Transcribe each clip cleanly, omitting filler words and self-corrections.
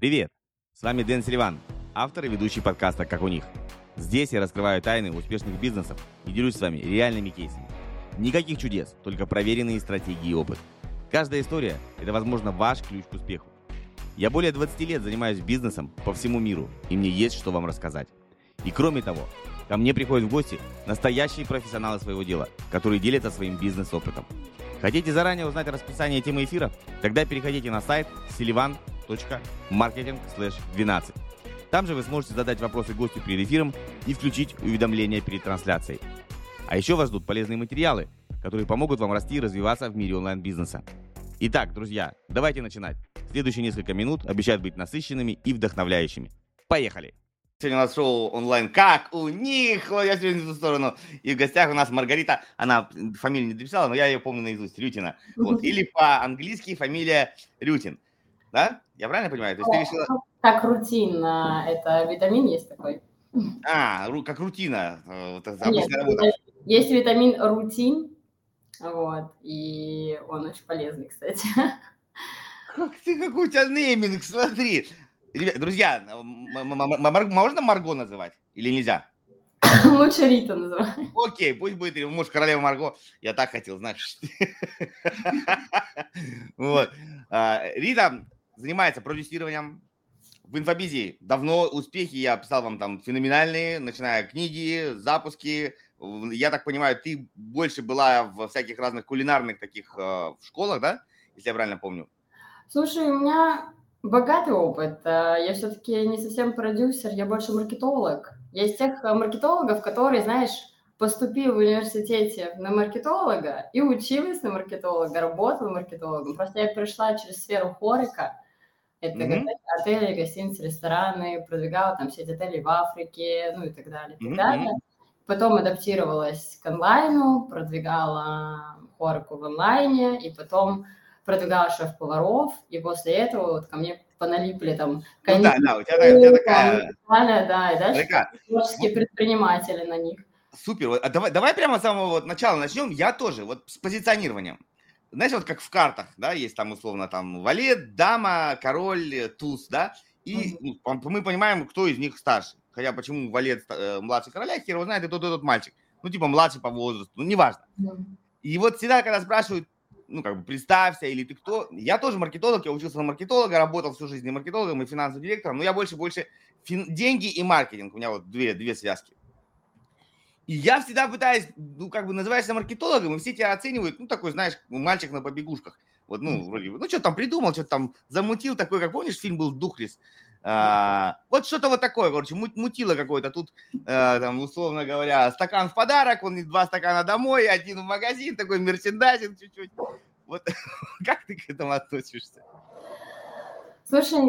Привет! С вами Дэн Селиван, автор и ведущий подкаста «Как у них». Здесь я раскрываю тайны успешных бизнесов и делюсь с вами реальными кейсами. Никаких чудес, только проверенные стратегии и опыт. Каждая история – это, возможно, ваш ключ к успеху. Я более 20 лет занимаюсь бизнесом по всему миру, и мне есть что вам рассказать. И кроме того, ко мне приходят в гости настоящие профессионалы своего дела, которые делятся своим бизнес-опытом. Хотите заранее узнать расписание темы эфира? Тогда переходите на сайт silivan.marketing/12. Там же вы сможете задать вопросы гостю перед эфиром и включить уведомления перед трансляцией. А еще вас ждут полезные материалы, которые помогут вам расти и развиваться в мире онлайн-бизнеса. Итак, друзья, давайте начинать. Следующие несколько минут обещают быть насыщенными и вдохновляющими. Поехали! Сегодня у нас шоу онлайн «Как у них». Вот я сегодня в ту сторону. И в гостях у нас Маргарита. Она фамилию не дописала, но я ее помню наизусть. Рютина. Вот. Или по-английски фамилия Рютин. Да? Я правильно понимаю? То есть ты решила... Как рутин. Это витамин есть такой. Как рутина. Нет, есть витамин рутин. Вот. И он очень полезный, кстати. Какой у тебя нейминг, смотри. Ребят, друзья, можно Марго называть или нельзя? Лучше Рита называть. Окей, пусть будет, может, королева Марго. Я так хотел, знаешь. Вот. Рита занимается продюсированием в инфобизе. Давно успехи, я писал вам там феноменальные, начиная книги, запуски. Я так понимаю, ты больше была в всяких разных кулинарных таких школах, да? Если я правильно помню. Слушай, у меня богатый опыт. Я все-таки не совсем продюсер, я больше маркетолог. Я из тех маркетологов, которые, знаешь, поступил в университете на маркетолога и училась на маркетолога, работала маркетологом. Просто я пришла через сферу хорика. Это отели, гостиницы, рестораны, продвигала там сеть отелей в Африке, ну и так далее, и так далее. Потом адаптировалась к онлайну, продвигала хорику в онлайне, и потом продвигала шеф-поваров, и после этого вот ко мне поналипли там... у тебя такая... Да, и дальше творческие предприниматели на них. Супер. Давай прямо с самого начала начнем. Я тоже, вот с позиционированием. Знаешь, вот как в картах, да, есть там условно там валет, дама, король, туз, да, и мы понимаем, кто из них старше. Хотя почему валет младше короля, хер его знает, и тот мальчик. Ну, типа младший по возрасту, ну, неважно. И вот всегда, когда спрашивают, ну, как бы, представься, или ты кто, я тоже маркетолог, я учился на маркетолога, работал всю жизнь маркетологом и финансовым директором, но я больше деньги и маркетинг, у меня вот две связки. И я всегда пытаюсь, ну, как бы называешься маркетологом, и все тебя оценивают, ну, такой, знаешь, мальчик на побегушках. Вот, ну, вроде бы, ну, что там придумал, что-то там замутил такой, как помнишь, фильм был «Духлес». Вот что-то вот такое, короче, мутило какое-то тут, там, условно говоря, стакан в подарок, он 2 стакана домой, 1 в магазин, такой мерчендайзинг чуть-чуть. Вот как ты к этому относишься? Слушай,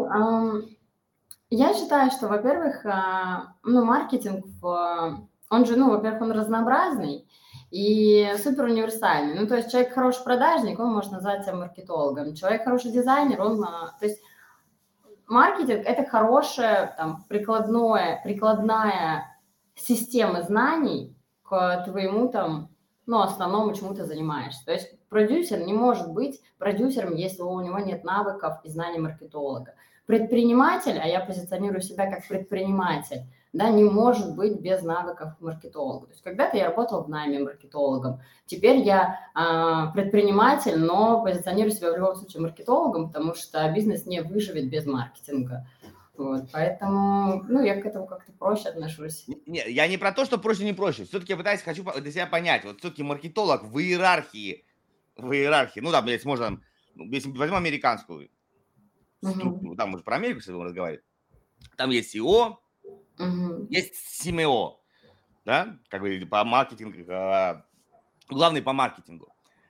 я считаю, что, во-первых, ну, маркетинг, он же, ну, во-первых, он разнообразный и супер универсальный. Ну, то есть человек хороший продажник, он может назвать себя маркетологом. Человек хороший дизайнер, то есть маркетинг – это хорошая, там, прикладная система знаний к твоему, там, ну, основному, чему ты занимаешься. То есть продюсер не может быть продюсером, если у него нет навыков и знаний маркетолога. Предприниматель, а я позиционирую себя как предприниматель, да, не может быть без навыков маркетолога. То есть когда-то я работала в найме маркетологом, теперь я предприниматель, но позиционирую себя в любом случае маркетологом, потому что бизнес не выживет без маркетинга. Вот, поэтому, ну, я к этому как-то проще отношусь. Нет, я не про то, что проще, не проще. Все-таки я хочу для себя понять. Вот все-таки маркетолог в иерархии, ну, там, если можно, если возьмем американскую структуру, там уже про Америку сейчас будем разговаривать. Там есть SEO, есть CMO, да, как бы по маркетингу, главный по маркетингу.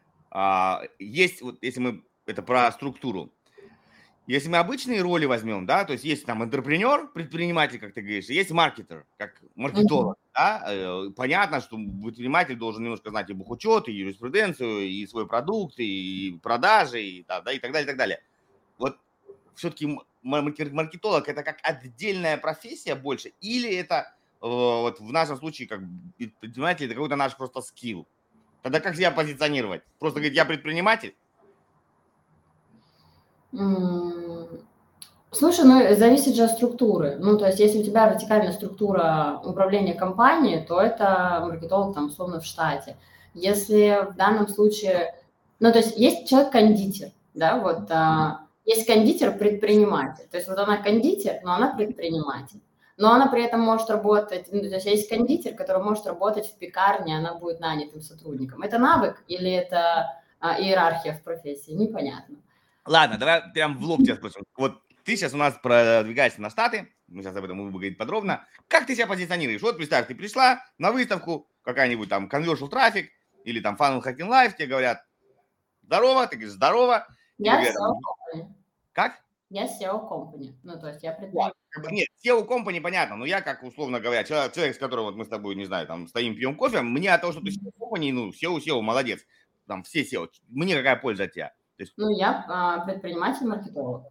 Есть, вот если мы, это про структуру. Если мы обычные роли возьмем, да, то есть есть там интерпренер, предприниматель, как ты говоришь, есть маркетер, как маркетолог, да, понятно, что предприниматель должен немножко знать и бухучет, и юриспруденцию, и свой продукт, и продажи, и, да, и так далее, и так далее. Вот все-таки маркетолог это как отдельная профессия больше, или это вот в нашем случае как предприниматель это какой-то наш просто скилл? Тогда как себя позиционировать? Просто говорить, я предприниматель? Слушай, ну, зависит же от структуры. Ну, то есть, если у тебя вертикальная структура управления компанией, то это маркетолог там условно в штате. Если в данном случае, ну, то есть, есть человек-кондитер, да, вот, есть кондитер-предприниматель. То есть, вот она кондитер, но она предприниматель. Но она при этом может работать, ну, то есть, есть кондитер, который может работать в пекарне, она будет нанятым сотрудником. Это навык или это иерархия в профессии? Непонятно. Ладно, давай прям в лоб тебя спросим. Вот ты сейчас у нас продвигаешься на Штаты, мы сейчас об этом будем говорить подробно. Как ты себя позиционируешь? Вот представь, ты пришла на выставку, какая-нибудь там Conversion Traffic или там Funnel Hacking Live, тебе говорят, здорово, ты говоришь, здорово. Я Тебе говорят, SEO company. как? Я SEO company. Ну, то есть я Да, предприниматель. нет, SEO Company понятно, но я, как условно говоря, человек, с которым вот мы с тобой, не знаю, там стоим, пьем кофе, мне от того, что ты SEO Company, ну, SEO, молодец, там все SEO, мне какая польза от тебя? То есть, Ну, я предприниматель-маркетолог.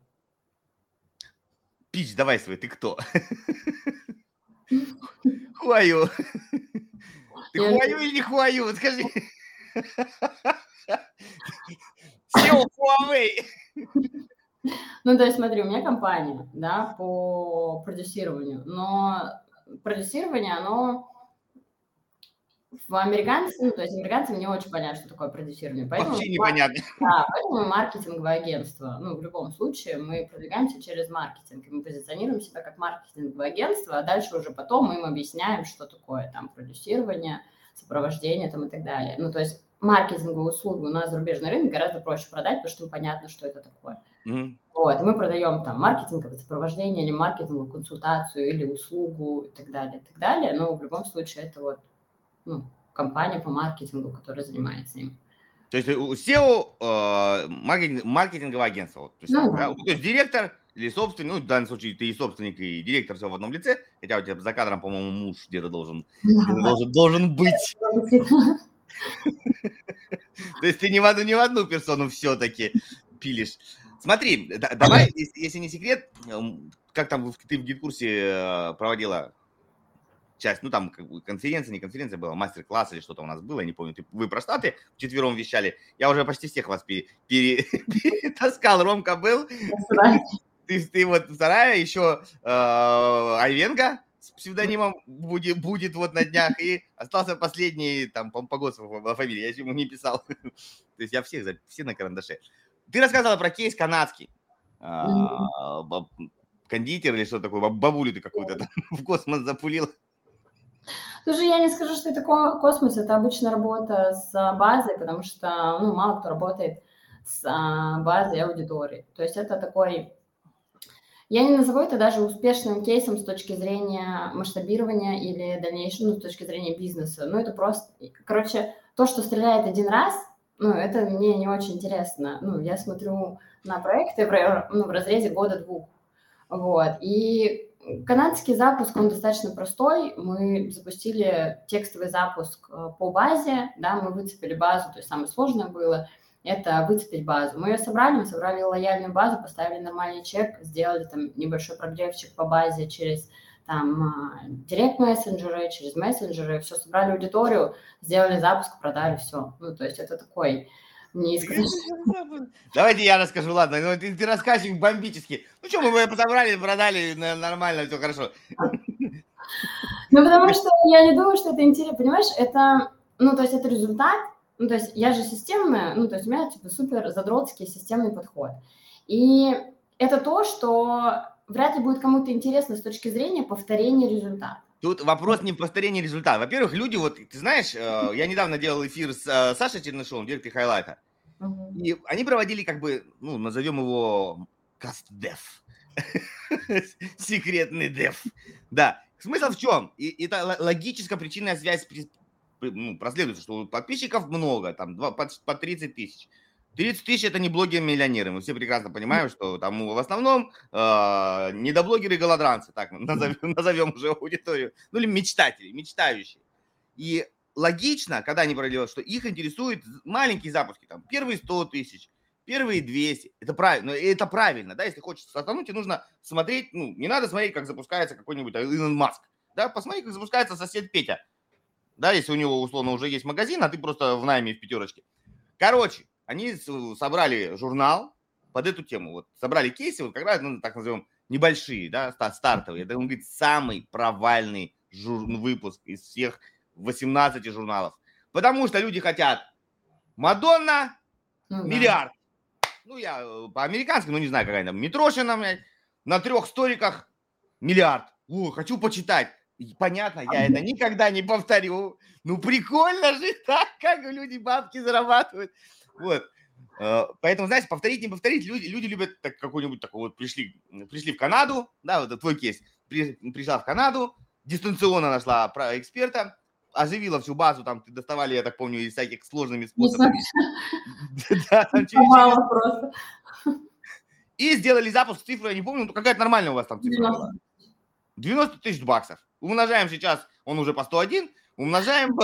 пич, давай свой, ты кто? Хуаю. Ты Я хуаю или не хуаю? Вот скажи. SEO Huawei. Ну, то есть смотри, у меня компания, да, по продюсированию, но продюсирование, оно в американцев, ну, то есть американцам не очень понятно, что такое продюсирование, поэтому, Вообще непонятно. да, поэтому маркетинговое агентство, ну, в любом случае мы продвигаемся через маркетинг, и мы позиционируем себя как маркетинговое агентство, а дальше уже потом мы им объясняем, что такое там продюсирование, сопровождение там и так далее. Ну, то есть маркетинговую услугу на зарубежный рынок гораздо проще продать, потому что им понятно, что это такое. Вот, и мы продаем там маркетинговое сопровождение или маркетинговую консультацию или услугу и так далее, но в любом случае это вот, ну, компания по маркетингу, которая занимается им. То есть у SEO маркетинговое агентство. Вот, то, есть, Ну, да? да. То есть директор или собственник, ну, в данном случае ты и собственник, и директор все в одном лице, хотя у тебя за кадром, по-моему, муж где-то должен быть. То есть ты не в одну персону все-таки пилишь. Смотри, давай, если не секрет, как там ты в гид-курсе проводила часть, ну там как бы конференция, не конференция была, мастер-класс или что-то у нас было, не помню, вы про Штаты вчетвером вещали, я уже почти всех вас перетаскал, Ромка был, ты вот вторая, еще Айвенко с псевдонимом будет вот на днях, и остался последний, там, по Госову фамилии, я ему не писал, то есть я все на карандаше. Ты рассказывала про кейс канадский, кондитер или что такое, бабулю ты какую-то там в космос запулил. Слушай, я не скажу, что это космос, это обычно работа с базой, потому что, ну, мало кто работает с базой аудитории. То есть это такой... Я не назову это даже успешным кейсом с точки зрения масштабирования или дальнейшего, ну, с точки зрения бизнеса. Ну, это просто... Короче, то, что стреляет один раз, ну, это мне не очень интересно. Ну, я смотрю на проекты в разрезе года-двух. Вот. И канадский запуск, он достаточно простой. Мы запустили текстовый запуск по базе, да, мы выцепили базу, то есть самое сложное было – это выцепить базу. Мы ее собрали, мы собрали лояльную базу, поставили нормальный чек, сделали там небольшой прогревчик по базе через там директ-мессенджеры, через мессенджеры, все, собрали аудиторию, сделали запуск, продали, все. Ну, то есть это такой... Не сказать, Давайте я расскажу, ладно, ну, ты рассказчик бомбический. Ну что, мы его собрали, продали, нормально, все хорошо. Ну, потому что я не думаю, что это интересно, понимаешь, это, ну, то есть это результат, ну, то есть я же системная, ну, то есть у меня, типа, супер задротский системный подход. И это то, что вряд ли будет кому-то интересно с точки зрения повторения результата. Тут вопрос не в повторении результата. Во-первых, люди, вот, ты знаешь, я недавно делал эфир с Сашей Чернышовым, директором Хайлайта, и они проводили, как бы, ну, назовем его каст-дев. Секретный дев. Да. Смысл в чем? И это логическая причинная связь проследуется, что подписчиков много, там по 30 тысяч. 30 тысяч – это не блогеры-миллионеры. Мы все прекрасно понимаем, что там в основном недоблогеры-голодранцы, так назовем уже аудиторию, ну или мечтатели, мечтающие. И логично, когда они проделают, что их интересуют маленькие запуски, там первые 100 тысяч, первые 200. Это правильно, да, если хочешь стартануть, тебе нужно смотреть, ну, не надо смотреть, как запускается какой-нибудь Илон Маск, да, посмотри, как запускается сосед Петя, да, если у него, условно, уже есть магазин, а ты просто в найме в пятерочке. Короче, они собрали журнал, под эту тему. Вот собрали кейсы, вот как раз, ну, так назовем, небольшие, да, стартовые. Это, он говорит, самый провальный выпуск из всех 18 журналов. Потому что люди хотят Мадонна, миллиард. Ну, я по-американски, ну, не знаю, какая там, Митрошина, блядь, на 3 сториках миллиард. О, хочу почитать. И понятно, я это никогда не повторю. Ну, прикольно же так, как люди бабки зарабатывают. Вот. Поэтому, знаете, повторить, не повторить, люди любят так, какой-нибудь такой вот, пришли в Канаду, да, вот твой кейс, пришла в Канаду, дистанционно нашла эксперта, оживила всю базу, там доставали, я так помню, из всяких сложными способами. И сделали запуск, цифру я не помню, но какая-то нормальная у вас там цифра была. 90 тысяч баксов. Умножаем сейчас, он уже по 101, умножаем,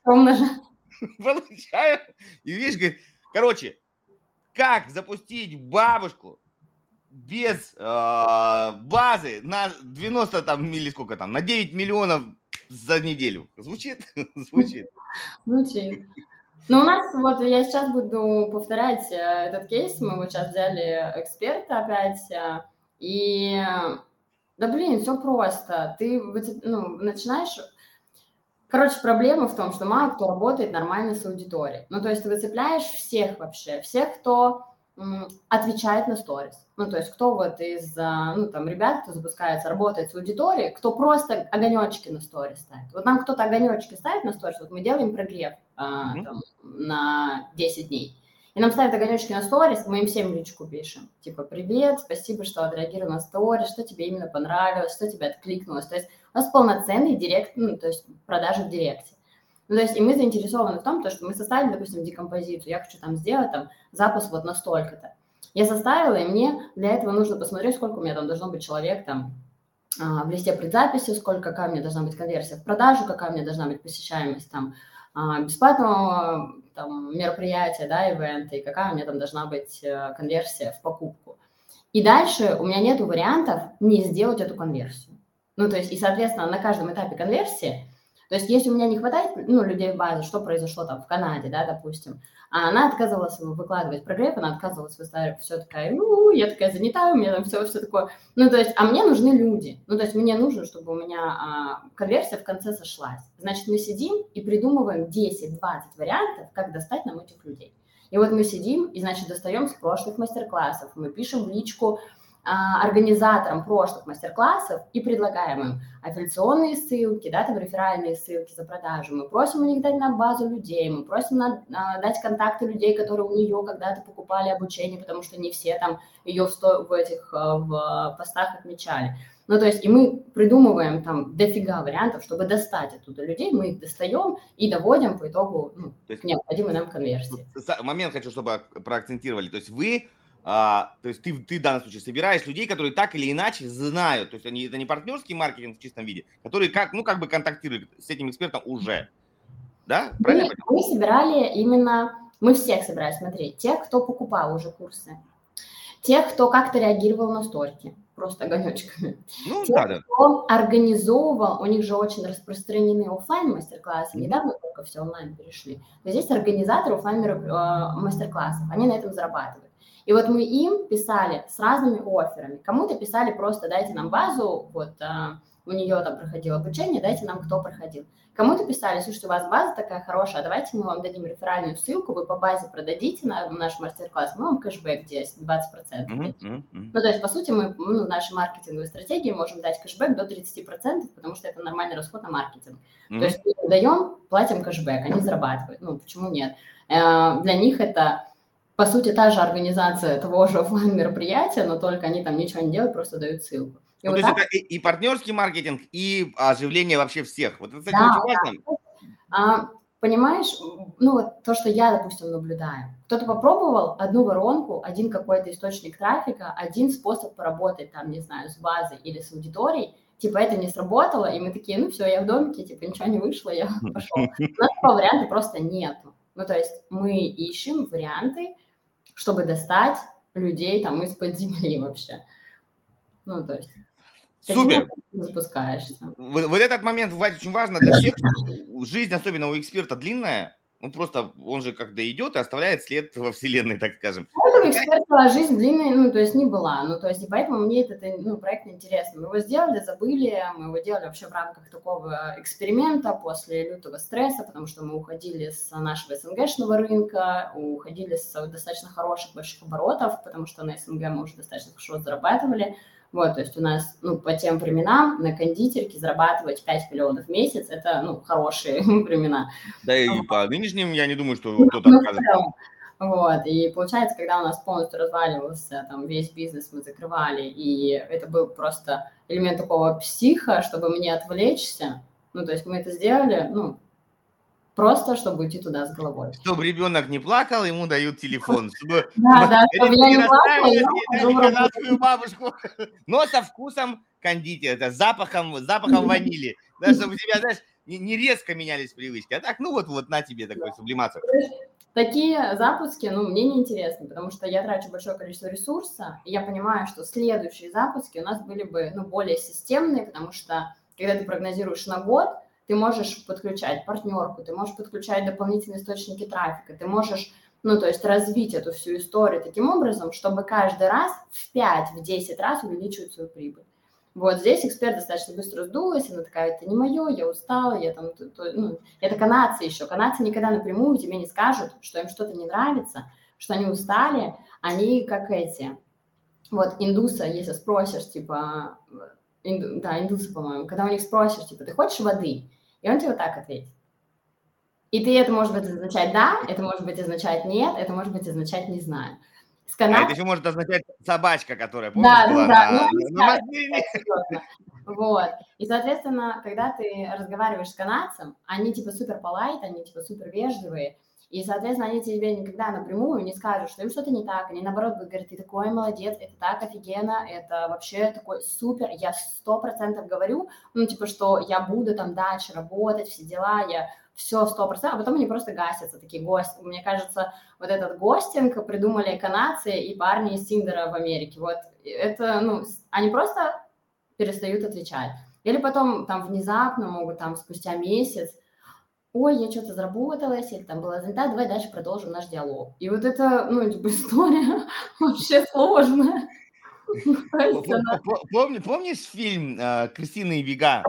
получаем. И видишь, говорит, короче, как запустить бабушку без базы на 90 там, или сколько там, на 9 миллионов за неделю. Звучит? Звучит. Звучит. Но у нас, вот я сейчас буду повторять этот кейс, мы вот сейчас взяли эксперта опять, и, да блин, все просто. Ты начинаешь... Короче, проблема в том, что мало кто работает нормально с аудиторией. Ну, то есть ты выцепляешь всех вообще, всех, кто отвечает на сторис. Ну, то есть кто вот из, ну, там, ребят, кто запускается, работает с аудиторией, кто просто огонечки на сторис ставит. Вот нам кто-то огонечки ставит на сторис, вот мы делаем прогрев там, на 10 дней. И нам ставят огонечки на сторис, мы им всем личку пишем. Типа, привет, спасибо, что отреагировал на сторис, что тебе именно понравилось, что тебе откликнулось. То есть у нас полноценный директ, ну, то есть продажи в директе. Ну, то есть и мы заинтересованы в том, что мы составили, допустим, декомпозицию, я хочу там сделать там запуск вот на столько-то. Я составила, и мне для этого нужно посмотреть, сколько у меня там должно быть человек там в листе предзаписи, какая у меня должна быть конверсия в продажу, какая у меня должна быть посещаемость там бесплатного там, мероприятия, да, ивента, и какая у меня там должна быть конверсия в покупку. И дальше у меня нет вариантов не сделать эту конверсию. Ну, то есть, и, соответственно, на каждом этапе конверсии, то есть, если у меня не хватает, ну, людей в базе, что произошло там в Канаде, да, допустим, а она отказывалась выкладывать прогрев, она отказывалась выставить, все такая, ну, я такая занята, у меня там все такое. Ну, то есть, а мне нужны люди. Ну, то есть, мне нужно, чтобы у меня конверсия в конце сошлась. Значит, мы сидим и придумываем 10-20 вариантов, как достать нам этих людей. И вот мы сидим и, значит, достаем с прошлых мастер-классов, мы пишем в личку организаторам прошлых мастер-классов и предлагаем им аффилиационные ссылки, да, там реферальные ссылки за продажу. Мы просим у них дать нам базу людей, мы просим дать контакты людей, которые у нее когда-то покупали обучение, потому что не все там ее в постах отмечали. Ну, то есть и мы придумываем там дофига вариантов, чтобы достать оттуда людей, мы их достаем и доводим по итогу к необходимой нам конверсии. Момент хочу, чтобы проакцентировали. То есть вы... то есть ты в данном случае собираешь людей, которые так или иначе знают, то есть это не партнерский маркетинг в чистом виде, которые как бы контактируют с этим экспертом уже, да? Правильно? Мы собирали именно, мы всех собирали, смотри, тех, кто покупал уже курсы, тех, кто как-то реагировал на сторики, просто огонечками, тех, кто организовывал, у них же очень распространены офлайн мастер-классы, недавно только все онлайн перешли, то здесь организаторы офлайн мастер-классов, они на этом зарабатывают. И вот мы им писали с разными офферами. Кому-то писали просто дайте нам базу, вот у нее там проходило обучение, дайте нам, кто проходил. Кому-то писали, слушайте, у вас база такая хорошая, давайте мы вам дадим реферальную ссылку, вы по базе продадите наш мастер-класс, мы вам кэшбэк 20%. Ну, то есть, по сути, мы в нашей маркетинговой стратегии можем дать кэшбэк до 30%, потому что это нормальный расход на маркетинг. То есть, мы даем, платим кэшбэк, они зарабатывают. Ну, почему нет? Для них это... По сути, та же организация того же офлайн-мероприятия, но только они там ничего не делают, просто дают ссылку. И вот то есть это и партнерский маркетинг, и оживление вообще всех. Вот это, кстати, очень важно. Понимаешь, ну вот то, что я, допустим, наблюдаю. Кто-то попробовал одну воронку, один какой-то источник трафика, один способ поработать там, не знаю, с базой или с аудиторией, типа это не сработало, и мы такие, ну все, я в домике, типа ничего не вышло, я пошел. У нас такого варианта просто нету. Ну то есть мы ищем варианты, чтобы достать людей там из-под земли вообще. Ну, то есть... Супер! Запускаешься. Вот этот момент, Вадь, очень важно для всех. Жизнь, особенно у эксперта, длинная. Ну, просто он же когда идет и оставляет след во вселенной, так скажем. У этого эксперта жизнь длинная, ну, то есть не была. Ну, то есть, и поэтому мне этот, ну, проект интересен. Мы его сделали, забыли, мы его делали вообще в рамках такого эксперимента после лютого стресса, потому что мы уходили с нашего СНГшного рынка, уходили с достаточно хороших больших оборотов, потому что на СНГ мы уже достаточно хорошо зарабатывали. Вот, то есть у нас, ну, по тем временам на кондитерке зарабатывать 5 миллионов в месяц – это, ну, хорошие времена. Да и по нынешним я не думаю, что Ну, кто-то откажет. Вот, и получается, когда у нас полностью разваливался там весь бизнес, мы закрывали, и это был просто элемент такого психа, чтобы мне отвлечься, ну, то есть мы это сделали, ну, просто, чтобы уйти туда с головой. Чтобы ребенок не плакал, ему дают телефон. Чтобы Да, чтобы я не плакала, я съедали канадскую бабушку, но со вкусом кондитера, это запахом ванили. Да, чтобы у тебя, знаешь, не резко менялись привычки, а так, ну вот на тебе такой сублимацию. Такие запуски, ну, мне не интересны, потому что я трачу большое количество ресурса, и я понимаю, что следующие запуски у нас были бы, ну, более системные, потому что, когда ты прогнозируешь на год, ты можешь подключать партнерку, ты можешь подключать дополнительные источники трафика, ты можешь, ну, то есть развить эту всю историю таким образом, чтобы каждый раз в 5-10 раз увеличивать свою прибыль. Вот здесь эксперт достаточно быстро сдулась, она такая, это не мое, я устала, я там, ну, это канадцы еще. Канадцы никогда напрямую тебе не скажут, что им что-то не нравится, что они устали, они как эти. Вот индусы, если спросишь, типа, индусы, по-моему, когда у них спросишь, типа, ты хочешь воды? И он тебе вот так ответит. И ты это может быть означать да, это может быть означать нет, это может быть означать не знаю. А это еще может означать собачка, которая, помнишь, да, была да, на машине. Вот. И, соответственно, когда ты разговариваешь с канадцем, они типа супер полайт, они типа супер вежливые, и, соответственно, они тебе никогда напрямую не скажут, что им что-то не так, они, наоборот, будут говорить, ты такой молодец, это так офигенно, это вообще такой супер, я 100% говорю, ну, типа, что я буду там дальше работать, все дела, я все 100%, а потом они просто гасятся, такие гости. Мне кажется, вот этот гостинг придумали канадцы и парни из Тиндера в Америке. Вот это, ну, они просто перестают отвечать. Или потом там внезапно могут там спустя месяц, ой, я что-то заработалась, или там была занята, давай дальше продолжим наш диалог. И вот это, ну, типа, история вообще сложная. Помнишь фильм Кристины и Вега?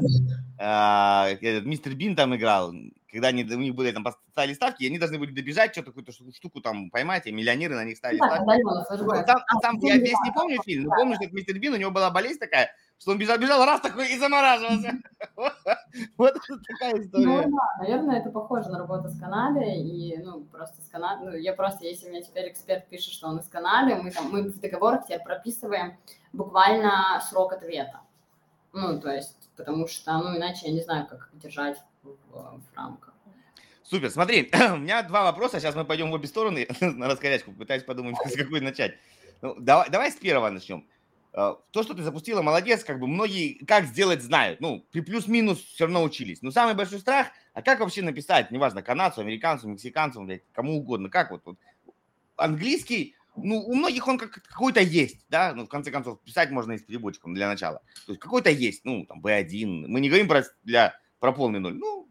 Мистер Бин там играл, когда у них были там ставили ставки, и они должны были добежать, что-то какую-то штуку там поймать, и миллионеры на них ставили ставки. Я весь не помню фильм, но помню, что мистер Бин, у него была болезнь такая, что он бежал, раз такой и замораживался. Вот такая история. Ну да, наверное, это похоже на работу с Канадой, и, ну, просто с Канады, ну, я просто, если мне теперь эксперт пишет, что он из Канады, мы в договорах теперь прописываем буквально срок ответа. Ну, то есть, потому что, ну, иначе я не знаю, как держать в рамках. Супер, смотри, у меня два вопроса, сейчас мы пойдем в обе стороны на раскорячку, пытаюсь подумать, с какой начать. Ну, давай с первого начнем. То, что ты запустила, молодец, как бы многие как сделать знают, ну, при плюс-минус все равно учились. Но самый большой страх, а как вообще написать, неважно, канадцу, американцу, мексиканцу, блядь, кому угодно, как вот английский, ну, у многих он какой-то есть, да, ну, в конце концов, писать можно и с переводчиком для начала. То есть какой-то есть, ну, там, B1, мы не говорим про полный ноль, ну,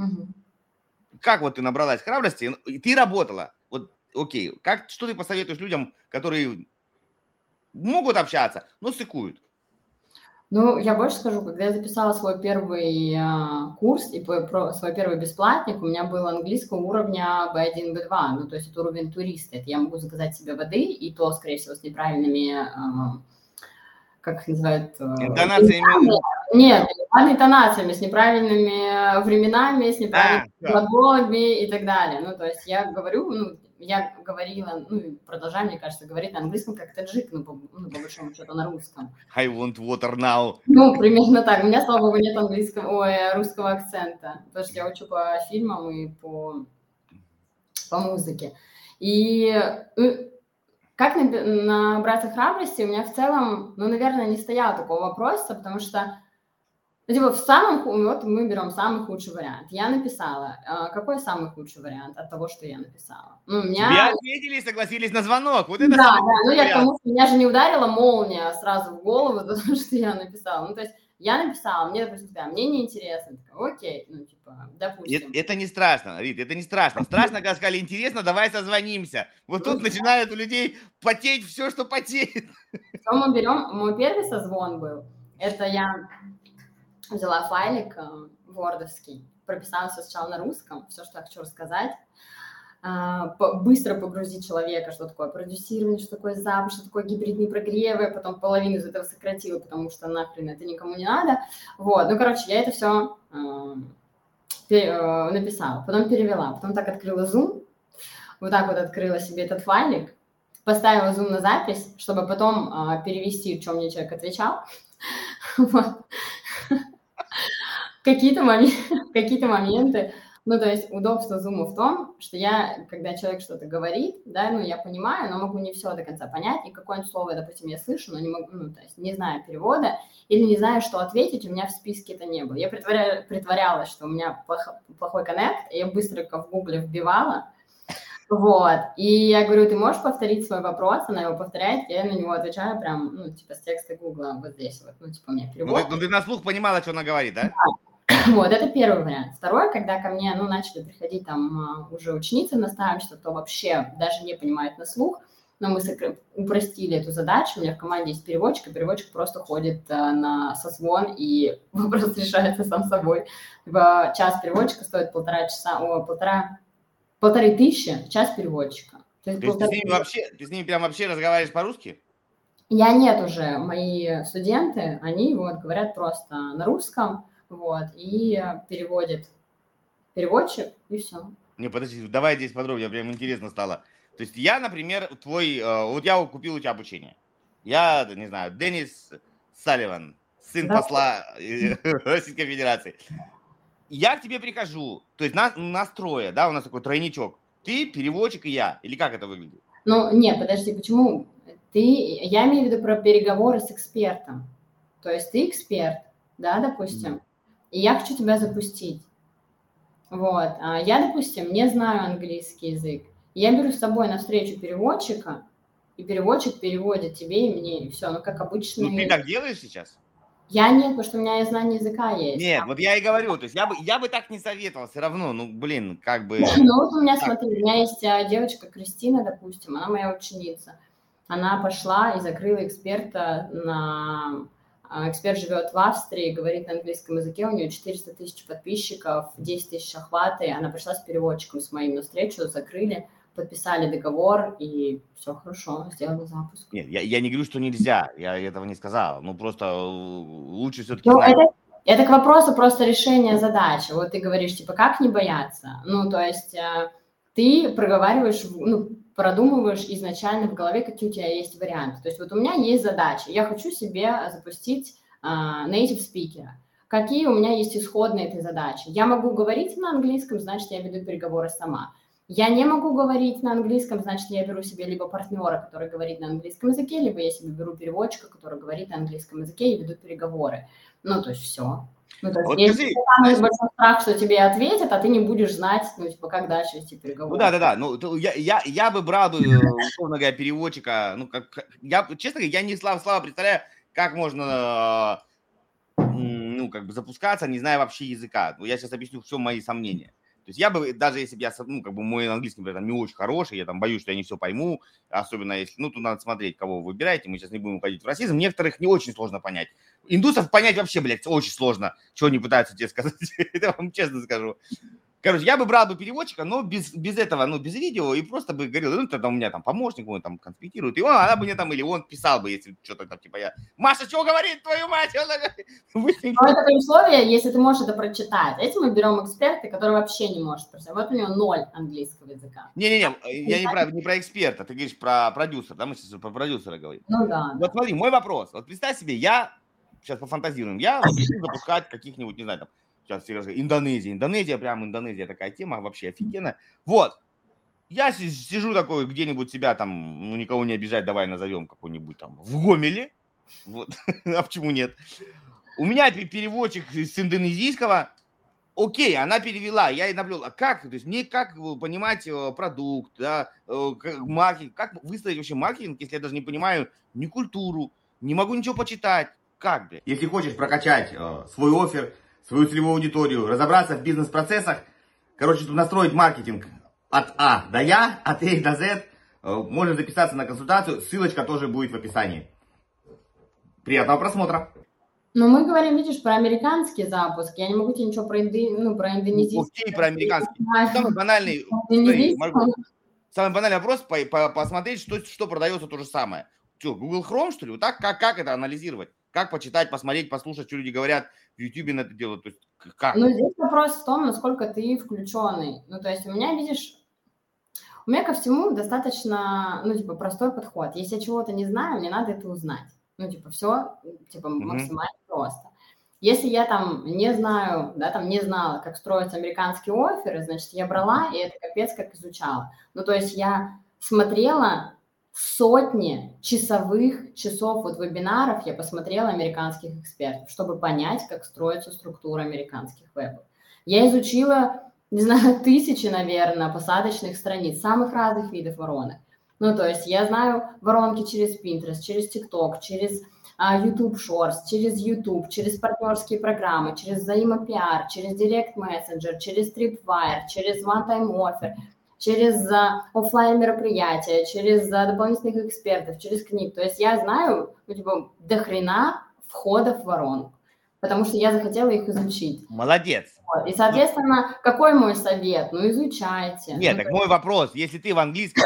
как вот ты набралась храбрости, и ты работала, вот, окей, что ты посоветуешь людям, которые могут общаться, но сыкуют? Ну, я больше скажу, когда я записала свой первый курс и свой первый бесплатник, у меня был английского уровня B1, B2, ну, то есть это уровень туриста, это я могу заказать себе воды, и то, скорее всего, с неправильными, как их называют? Интонациями. Нет, интонациями, с неправильными временами, с неправильными глаголами и так далее. Ну, то есть я говорю, ну, я говорила, ну, и продолжаю, мне кажется, говорить на английском как таджик, ну, по большому счету, на русском. I want water now. Ну, примерно так. У меня, слава богу, нет русского акцента, потому что я учу по фильмам и по музыке. И как набраться храбрости, у меня в целом, ну, наверное, не стоял такого вопроса, потому что, ну, типа, вот мы берем самый худший вариант. Я написала. Какой самый худший вариант от того, что я написала? Ну, Тебе ответили и согласились на звонок. Вот это да, ну я к тому, что меня же не ударила молния сразу в голову за то, что я написала. Ну, то есть Я написала, мне, допустим, да, мне неинтересно. Такая, окей, ну, типа, допустим. Это не страшно, Рит, это не страшно. Страшно, когда сказали, интересно, давай созвонимся. Вот тут начинает у людей потеть все, что потеет. Что мы берем? Мой первый созвон был. Это я взяла файлик вордовский, прописала все сначала на русском, все, что я хочу рассказать, быстро погрузить человека, что такое продюсирование, что такое запуск, что такое гибридные прогревы, потом половину из этого сократила, потому что нахрен это никому не надо. Вот, ну, короче, я это все написала, потом перевела, потом так открыла Zoom, вот так вот открыла себе этот файлик, поставила Zoom на запись, чтобы потом перевести, что мне человек отвечал. Вот. Какие-то моменты, ну, то есть удобство Zoom в том, что я, когда человек что-то говорит, да, ну, я понимаю, но могу не все до конца понять, и какое-нибудь слово, допустим, я слышу, но не могу, ну, то есть не знаю перевода, или не знаю, что ответить, у меня в списке это не было. Я притворялась, что у меня плохой коннект, и я быстренько в Гугле вбивала, вот, и я говорю, ты можешь повторить свой вопрос? Она его повторяет, я на него отвечаю прям, ну, типа, с текста Гугла вот здесь вот, ну, типа, у меня перевод. Ну, ты на слух понимала, что она говорит, да? Вот, это первый вариант. Второй, когда ко мне, ну, начали приходить там уже ученицы наставничества, кто вообще даже не понимает на слух, но мы упростили эту задачу, у меня в команде есть переводчик, и переводчик просто ходит на созвон, и вопрос решается сам собой. Типа, час переводчика стоит полторы тысячи, час переводчика. То есть ты с ними прям вообще разговариваешь по-русски? Я нет уже, мои студенты, они вот говорят просто на русском, вот, и переводит переводчик, и все. Не, подожди, давай здесь подробнее, прям интересно стало. То есть я, например, вот я купил у тебя обучение. Я, не знаю, Денис Салливан, сын посла Российской Федерации. Я к тебе прихожу, то есть нас трое, да, у нас такой тройничок. Ты, переводчик и я. Или как это выглядит? Ну, нет, подожди, почему? Я имею в виду про переговоры с экспертом. То есть ты эксперт, да, допустим, и я хочу тебя запустить. Вот. А я, допустим, не знаю английский язык. Я беру с собой на встречу переводчика, и переводчик переводит тебе и мне, и все. Ну, как обычно. Ну, ты так делаешь сейчас? Я нет, потому что у меня знание языка есть. Нет, вот я и говорю, то есть я бы так не советовал все равно, ну, блин, как бы... Ну, вот у меня, смотри, у меня есть девочка Кристина, допустим, она моя ученица. Она пошла и закрыла эксперта на... Эксперт живет в Австрии, говорит на английском языке, у нее 400 тысяч подписчиков, 10 тысяч охваты. Она пришла с переводчиком с моим на встречу, закрыли, подписали договор, и все хорошо, сделали запуск. Нет, я не говорю, что нельзя, я этого не сказал, ну, просто лучше все-таки... Ну, это к вопросу просто решения задачи. Вот ты говоришь, типа, как не бояться? Ну, то есть ты проговариваешь, ну, продумываешь изначально в голове, какие у тебя есть варианты. То есть вот у меня есть задача, я хочу себе запустить native speaker. Какие у меня есть исходные этой задачи? Я могу говорить на английском, значит, я веду переговоры сама. Я не могу говорить на английском, значит, я беру себе либо партнера, который говорит на английском языке, либо я себе беру переводчика, который говорит на английском языке, и веду переговоры. Ну, то есть все. Ну, то есть, вот если самый большой страх, что тебе ответят, а ты не будешь знать, ну, типа, как дальше вести переговоры. Ну, да. Ну, я бы брал, условно говоря, переводчика. Ну, честно говоря, я не слабо представляю, как можно, ну, как бы запускаться, не зная вообще языка. Я сейчас объясню все мои сомнения. То есть я бы, даже если бы я, ну, как бы мой английский, например, не очень хороший, я там боюсь, что я не все пойму, особенно если, ну, тут надо смотреть, кого вы выбираете, мы сейчас не будем уходить в расизм, некоторых не очень сложно понять. Индусов понять вообще, блядь, очень сложно, что они пытаются тебе сказать, это вам честно скажу. Короче, я бы брал бы переводчика, но без этого, ну, без видео, и просто бы говорил, ну, тогда у меня там помощник, он там конспектирует, и она бы мне там, или он писал бы, если что-то там, типа, Маша, что говорит, твою мать? Но это при условии, если ты можешь это прочитать. Этим мы берем эксперта, который вообще не может прочитать. Вот у него 0 английского языка. Не-не-не, я не про эксперта, ты говоришь про продюсера, да, мы сейчас про продюсера говорим. Ну да. Вот смотри, мой вопрос, вот представь себе, сейчас пофантазируем, я решил запускать каких-нибудь, не знаю, там, сейчас все расскажу, Индонезия такая тема, вообще офигенная. Вот, я сижу такой где-нибудь себя там, ну, никого не обижать, давай назовем какой-нибудь там в Гомеле, вот, а почему нет? У меня переводчик с индонезийского, окей, она перевела, я и наблюдал, а как, то есть мне как понимать продукт, да, маркетинг, как выстроить вообще маркетинг, если я даже не понимаю ни культуру, не могу ничего почитать. Как, блядь? Если хочешь прокачать свой оффер, свою целевую аудиторию, разобраться в бизнес-процессах, короче, чтобы настроить маркетинг от А до Я, от А до З, можно записаться на консультацию, ссылочка тоже будет в описании. Приятного просмотра. Но мы говорим, видишь, про американский запуск. Я не могу тебе ничего про индонезийский. Окей, про американский. Самый банальный, самый банальный вопрос, посмотреть, что продается то же самое. Что, Google Chrome, что ли? Вот так, как это анализировать? Как почитать, посмотреть, послушать, что люди говорят в YouTube на это дело? То есть, как? Ну, здесь вопрос в том, насколько ты включенный. Ну, то есть у меня, видишь, у меня ко всему достаточно, ну, типа, простой подход. Если я чего-то не знаю, мне надо это узнать. Ну, типа, все, типа, максимально просто. Если я там не знаю, да, там не знала, как строятся американские офферы, значит, я брала и это капец как изучала. Ну, то есть я смотрела сотни часов вот вебинаров, я посмотрела американских экспертов, чтобы понять, как строится структура американских вебов. Я изучила, не знаю, тысячи, наверное, посадочных страниц самых разных видов воронок. Ну, то есть я знаю воронки через Pinterest, через TikTok, через YouTube Shorts, через YouTube, через партнерские программы, через взаимопиар, через Direct Messenger, через Tripwire, через One Time Offer, через офлайн мероприятия, через дополнительных экспертов, через книг. То есть я знаю, ну, типа, до хрена входов в воронку, потому что я захотела их изучить. Молодец. И, соответственно, какой мой совет? Ну, изучайте. Нет, так мой вопрос, если ты в английском...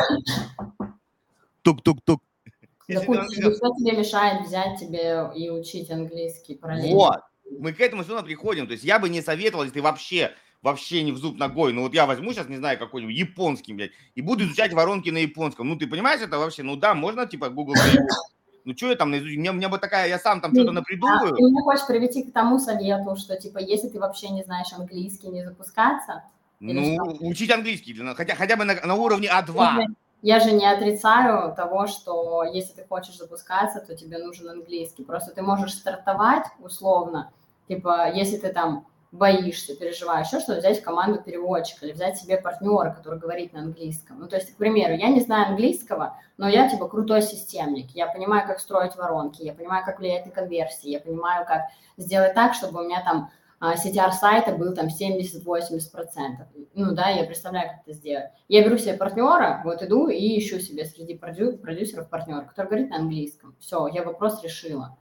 Тук-тук-тук. Что тебе мешает взять тебе и учить английский параллельно? Вот, мы к этому все равно приходим. То есть я бы не советовал, если ты вообще не в зуб ногой. Ну вот я возьму сейчас, не знаю, какой-нибудь японский, блядь, и буду изучать воронки на японском. Ну ты понимаешь это вообще? Ну да, можно типа Google. Ну что я там изучу? У меня бы такая, я сам там что-то напридумываю. Ты меня хочешь привести к тому совету, что типа если ты вообще не знаешь английский, не запускаться? Ну, учить английский, хотя бы на уровне А2. Я же не отрицаю того, что если ты хочешь запускаться, то тебе нужен английский. Просто ты можешь стартовать условно, типа, если ты там боишься, переживаешь, еще что, взять в команду переводчика или взять себе партнера, который говорит на английском. Ну, то есть, к примеру, я не знаю английского, но я, типа, крутой системник. Я понимаю, как строить воронки, я понимаю, как влиять на конверсии, я понимаю, как сделать так, чтобы у меня там CTR сайта был там 70-80%. Ну да, я представляю, как это сделать. Я беру себе партнера, вот иду и ищу себе среди продюсеров партнера, который говорит на английском. Все, я вопрос решила.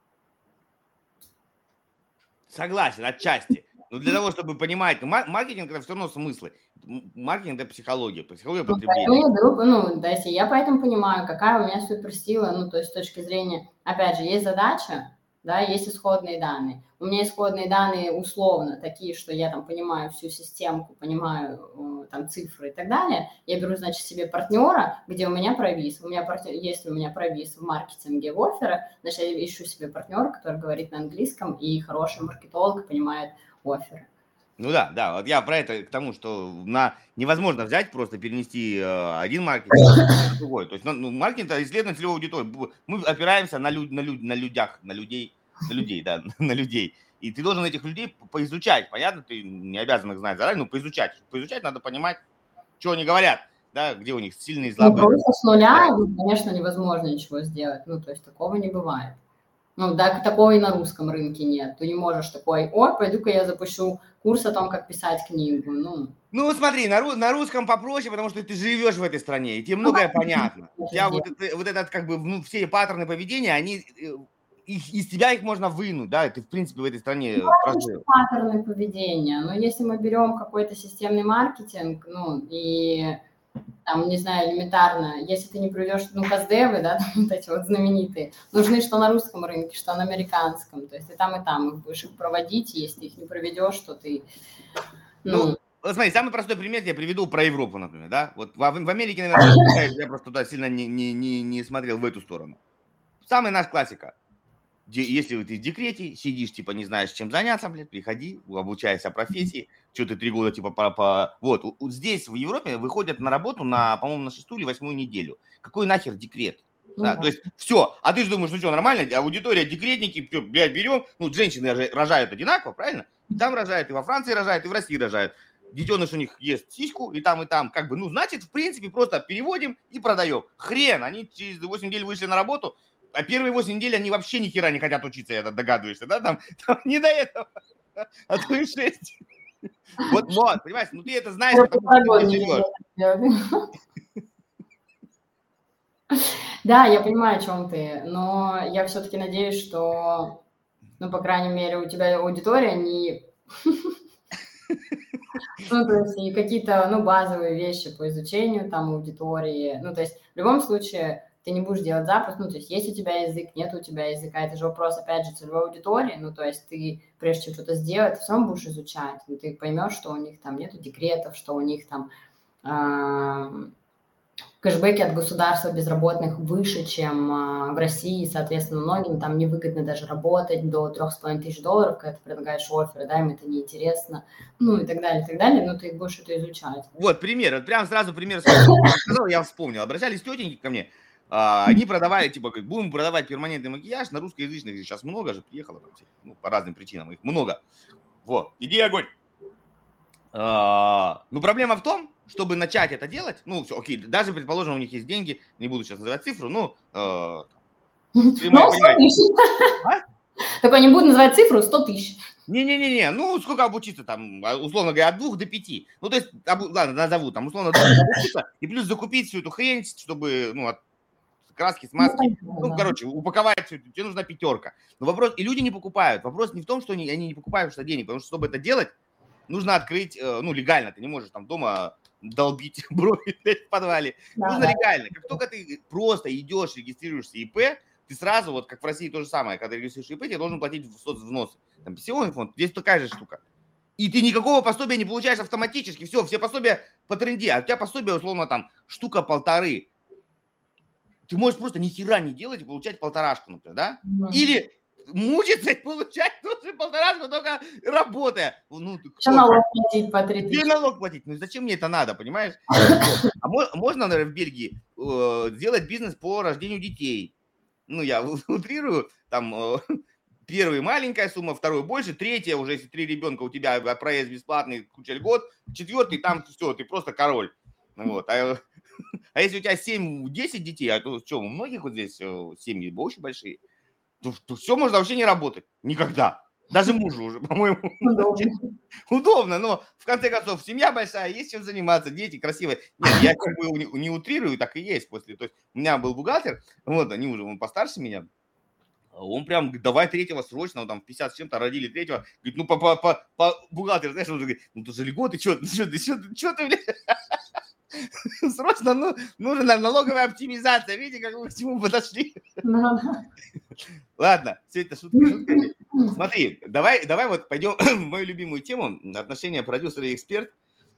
Согласен, отчасти. Но для того, чтобы понимать, маркетинг это все равно смыслы. Маркетинг это психология потребления. Да, если я поэтому понимаю, какая у меня суперсила, ну, то есть с точки зрения, опять же, есть задача, да, есть исходные данные. У меня исходные данные условно такие, что я там понимаю всю системку, понимаю там цифры и так далее. Я беру, значит, себе партнера, где у меня провис. Если у меня провис в маркетинге, в офферах, значит, я ищу себе партнера, который говорит на английском и хороший маркетолог, понимает офферы. Ну да, вот я про это к тому, что невозможно взять, просто перенести один маркетинг на другой. То есть маркетинг – это исследование целевой аудитории. Мы опираемся на людей. И ты должен этих людей поизучать. Понятно, ты не обязан их знать заранее, но поизучать. Поизучать надо понимать, что они говорят, да, где у них сильные и слабые. Ну, просто с нуля, конечно, невозможно ничего сделать. Ну, то есть такого не бывает. Ну, да, такого и на русском рынке нет. Ты не можешь такой, пойду-ка я запущу курс о том, как писать книгу. Ну, смотри, на русском попроще, потому что ты живешь в этой стране, и тебе многое понятно. У тебя вот этот, как бы, все паттерны поведения, они, из тебя их можно вынуть, да, ты, в принципе, в этой стране прожил. Паттерны поведения, но если мы берем какой-то системный маркетинг, и там, не знаю, элементарно, если ты не проведешь, каздевы, да, вот эти вот знаменитые, нужны что на русском рынке, что на американском, то есть и там их будешь их проводить, и если их не проведешь, то ты, смотри, самый простой пример я приведу про Европу, например, да, вот в Америке, наверное, я просто туда сильно не смотрел в эту сторону. Самый наш классика. Если ты в декрете, сидишь, типа, не знаешь, чем заняться, блядь, приходи, обучайся профессии, что ты 3 года, типа, Вот, здесь, в Европе, выходят на работу по-моему, на 6-ю или 8-ю неделю. Какой нахер декрет? Да, то есть, все. А ты же думаешь, ну что, нормально? Аудитория, декретники, блядь, берем. Женщины рожают одинаково, правильно? И там рожают, и во Франции рожают, и в России рожают. Детеныш у них ест сиську, и там, как бы, значит, в принципе, просто переводим и продаем. Хрен, они через 8 недель вышли на работу, А первые 8 недель они вообще ни хера не хотят учиться, я догадываешься, да? Там не до этого, а то и 6. Вот, понимаешь, ну ты это знаешь, потому что ты здесь живешь. Да, я понимаю, о чем ты, но я все-таки надеюсь, что, ну, по крайней мере, у тебя аудитория не... Ну, то есть и какие-то, ну, базовые вещи по изучению там аудитории. Ну, то есть в любом случае ты не будешь делать запуск, ну, то есть есть у тебя язык, нет у тебя языка, это же вопрос, опять же, целевой аудитории, ну, то есть ты, прежде чем что-то сделать, ты все равно будешь изучать, ну, ты поймешь, что у них там нету декретов, что у них там кэшбэки от государства безработных выше, чем в России, соответственно, многим там невыгодно даже работать до $3500, когда ты предлагаешь офферы, да, им это неинтересно, ну и так далее, но ты будешь это изучать. Вот пример, вот прям сразу пример сказал, я вспомнил. Обращались тетеньки ко мне, они продавали, типа, будем продавать перманентный макияж на русскоязычных, сейчас много же приехало, ну, по разным причинам, их много. Вот, идея огонь. Ну, проблема в том, чтобы начать это делать, ну, все, окей, даже, предположим, у них есть деньги, не буду сейчас называть цифру, ну, Только не буду называть цифру 100 тысяч. Не-не-не, ну, сколько обучиться там, условно говоря, от 2 до 5. Ну, то есть, ладно, назову, там, условно, 2 обучиться, и плюс закупить всю эту хрень, чтобы, ну, от краски, смазки, ну, короче, упаковать все это, тебе нужна 5. Но вопрос, и люди не покупают, вопрос не в том, что они не покупают, что денег, потому что, чтобы это делать, нужно открыть, ну, легально, ты не можешь там дома долбить брови в подвале, нужно легально. Как только ты просто идешь, регистрируешься ИП, ты сразу, вот как в России то же самое, когда регистрируешь ИП, тебе должен платить соцвзнос. Там пенсионный фонд, здесь такая же штука. И ты никакого пособия не получаешь автоматически, все пособия по тренде, а у тебя пособие, условно, там, штука 1,5. Ты можешь просто ни хера не делать и получать 1,5, например, да? Или мучиться и получать тоже 1,5, только работая. Ну, еще налог платить по 3 тысячи. Где налог платить? Ну, зачем мне это надо, понимаешь? А можно, наверное, в Бельгии сделать бизнес по рождению детей. Ну, я утрирую, там, первый маленькая сумма, второй больше, третья уже, если 3 ребенка у тебя, проезд бесплатный, куча льгот, 4-й, там все, ты просто король. Вот. А если у тебя 7-10 детей, а то что, у многих вот здесь семьи очень большие, то все, можно вообще не работать. Никогда. Даже мужу уже, по-моему. Удобно, но в конце концов семья большая, есть чем заниматься, дети красивые. Нет, я как бы не утрирую, так и есть после. То есть у меня был бухгалтер, вот, они уже, он постарше меня, он прям говорит, давай 3-го срочно, там 50 с чем-то родили 3-го. Говорит, ну по бухгалтеру, знаешь, он говорит, ну ты же льготы, что ты, блядь? Срочно, ну, нужна налоговая оптимизация. Видите, как мы к чему подошли? Ладно, все это шутки шутками. Смотри, давай вот пойдем в мою любимую тему, отношения продюсера и эксперт.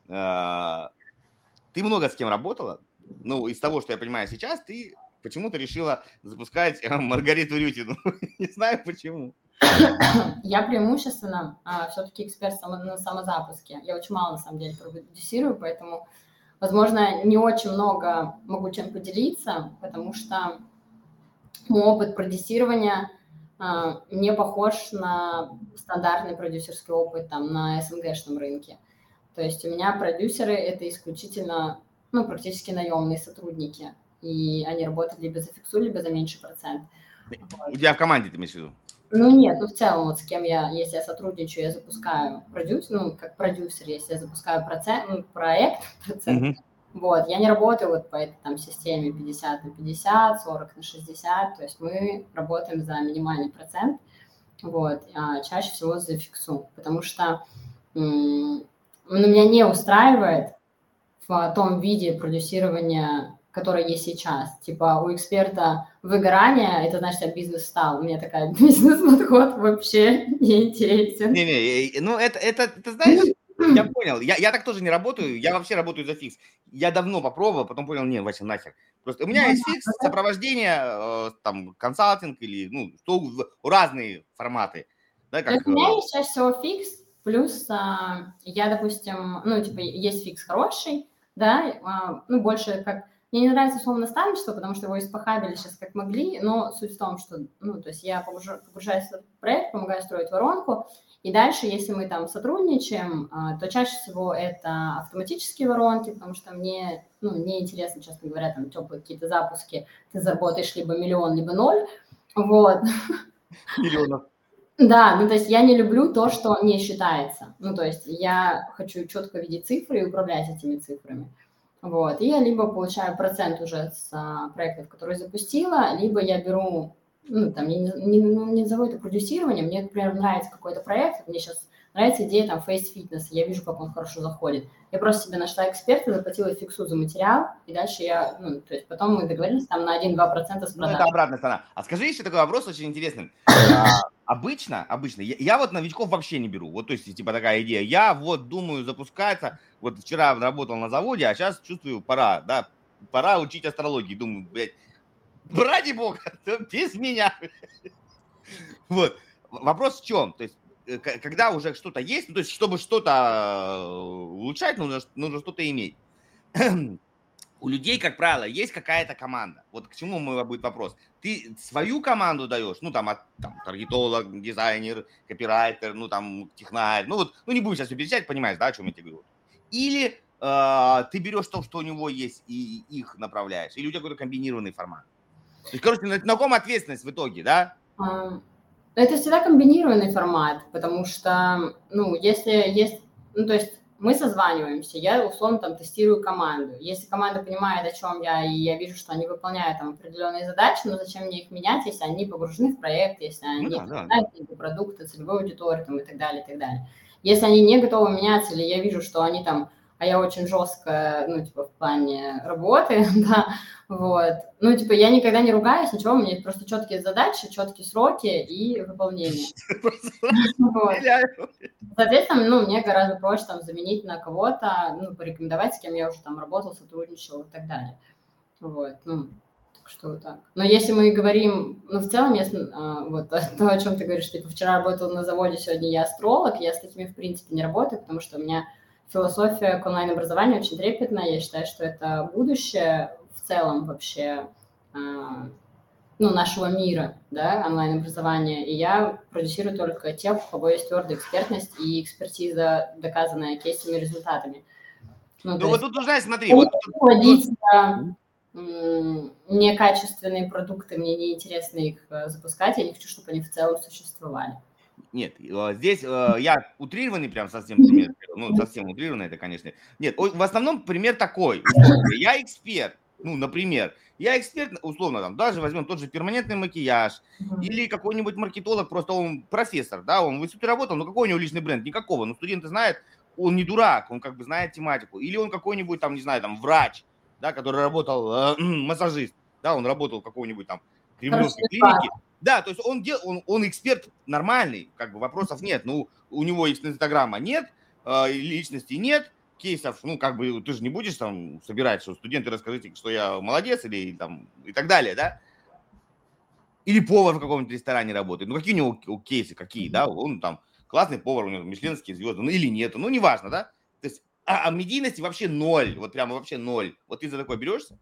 Ты много с кем работала? Ну, из того, что я понимаю сейчас, ты почему-то решила запускать Маргариту Рютину. Не знаю почему. Я преимущественно все-таки эксперт на самозапуске. Я очень мало, на самом деле, продюсирую, поэтому, возможно, не очень много могу чем поделиться, потому что мой опыт продюсирования не похож на стандартный продюсерский опыт там, на СНГшном рынке. То есть у меня продюсеры – это исключительно, ну, практически наемные сотрудники, и они работают либо за фиксу, либо за меньший процент. У тебя в команде, ты имеешь в виду? Ну, нет, ну, в целом, вот с кем если я сотрудничаю, я запускаю как продюсер, если я запускаю проект, вот, я не работаю вот по этой там системе 50/50, 40/60, то есть мы работаем за минимальный процент, вот, а чаще всего за фиксу, потому что меня не устраивает в том виде продюсирования, которое есть сейчас. Типа у эксперта выгорание, это значит, что бизнес встал. У меня такая бизнес-подход вообще не интересен. Не-не, ну это ты знаешь, я понял. Я так тоже не работаю, я вообще работаю за фикс. Я давно попробовал, потом понял, не, Вася, нахер. Просто у меня есть фикс, сопровождение, там, консалтинг или, ну, разные форматы. Да, как... У меня есть чаще всего фикс, плюс я, допустим, ну, типа, есть фикс хороший, да, ну, больше как... Мне не нравится слово наставничество, потому что его испохабили сейчас как могли, но суть в том, что, ну, то есть я погружаюсь в этот проект, помогаю строить воронку, и дальше, если мы там сотрудничаем, то чаще всего это автоматические воронки, потому что мне, ну, не интересно, честно говоря, там теплые какие-то запуски, ты заработаешь либо 1 000 000, либо 0, Вот. Миллионов. Да, ну то есть я не люблю то, что не считается. Ну то есть я хочу четко видеть цифры и управлять этими цифрами. Вот. И я либо получаю процент уже с проектов, которые запустила, либо я беру, ну там, не назову это продюсированием, мне, например, нравится какой-то проект, мне сейчас нравится идея там фейс-фитнеса, я вижу, как он хорошо заходит. Я просто себе нашла эксперта, заплатила фиксу за материал, и дальше я, ну, то есть потом мы договорились там на 1-2% с Ну, это продаж. обратная сторона. А скажи еще такой вопрос очень интересный. Обычно, я вот новичков вообще не беру. Вот, то есть, типа такая идея. Я вот думаю запускаться. Вот вчера работал на заводе, а сейчас чувствую, пора, да, пора учить астрологии. Думаю, блядь, ради бога, без меня. Вот. Вопрос в чем? То есть, когда уже что-то есть, ну, то есть, чтобы что-то улучшать, нужно что-то иметь. У людей, как правило, есть какая-то команда. Вот к чему мой будет вопрос. Ты свою команду даешь, ну, там, таргетолог, дизайнер, копирайтер, ну, там, технарь, ну, вот, ну, не будем сейчас все перечислять, понимаешь, да, о чем я тебе говорю. Или ты берешь то, что у него есть, и их направляешь, или у тебя какой-то комбинированный формат. То есть, короче, на ком ответственность в итоге, да? Это всегда комбинированный формат, потому что, ну, если есть, ну, то есть мы созваниваемся, я условно там тестирую команду. Если команда понимает, о чем я, и я вижу, что они выполняют там определенные задачи, но зачем мне их менять, если они погружены в проект, если Ну они да, да, да. знают продукты, целевую аудиторию там, и так далее, и так далее. Если они не готовы меняться, или я вижу, что они там, а я очень жестко, ну, типа, в плане работы, да, вот. Ну, типа, я никогда не ругаюсь, ничего, у меня есть просто четкие задачи, четкие сроки и выполнение. Вот. Соответственно, ну, мне гораздо проще там заменить на кого-то, ну, порекомендовать, с кем я уже там работал, сотрудничал и так далее. Вот, ну, так что вот так. Но если мы говорим, ну, в целом, если, вот то, о чем ты говоришь, типа, вчера работал на заводе, сегодня я астролог, я с такими, в принципе, не работаю, потому что у меня философия к онлайн-образованию очень трепетная, я считаю, что это будущее в целом вообще, ну, нашего мира, да, онлайн-образования, и я продюсирую только тех, у кого есть твердая экспертность и экспертиза, доказанная кейсами и результатами. Ну, то Ну, вот есть тут нужно, смотри, вот... плодить некачественные продукты, мне неинтересно их запускать, я не хочу, чтобы они в целом существовали. Нет, здесь я утрированный прям совсем пример, ну, совсем утрированный это, конечно. Нет, в основном пример такой, условно. Я эксперт, ну, например, я эксперт, условно, там, даже возьмем тот же перманентный макияж, или какой-нибудь маркетолог, просто он профессор, да, он в институте работал, но какой у него личный бренд? Никакого, но студенты знают, он не дурак, он как бы знает тематику. Или он какой-нибудь там, не знаю, там, врач, да, который работал, массажист, да, он работал в какой-нибудь там кремлевской клинике. Да, то есть он эксперт нормальный, как бы вопросов нет. Ну, у него есть инстаграма нет, личности нет, кейсов, ну, как бы ты же не будешь там собирать, что студенты расскажите, что я молодец или там и так далее, да? Или повар в каком-нибудь ресторане работает. Ну, какие у него кейсы, какие, да? Он там классный повар, у него мишленские звезды, ну, или нет, ну, неважно, да? То есть, а медийности вообще ноль, вот прямо вообще ноль. Вот ты за такое берешься?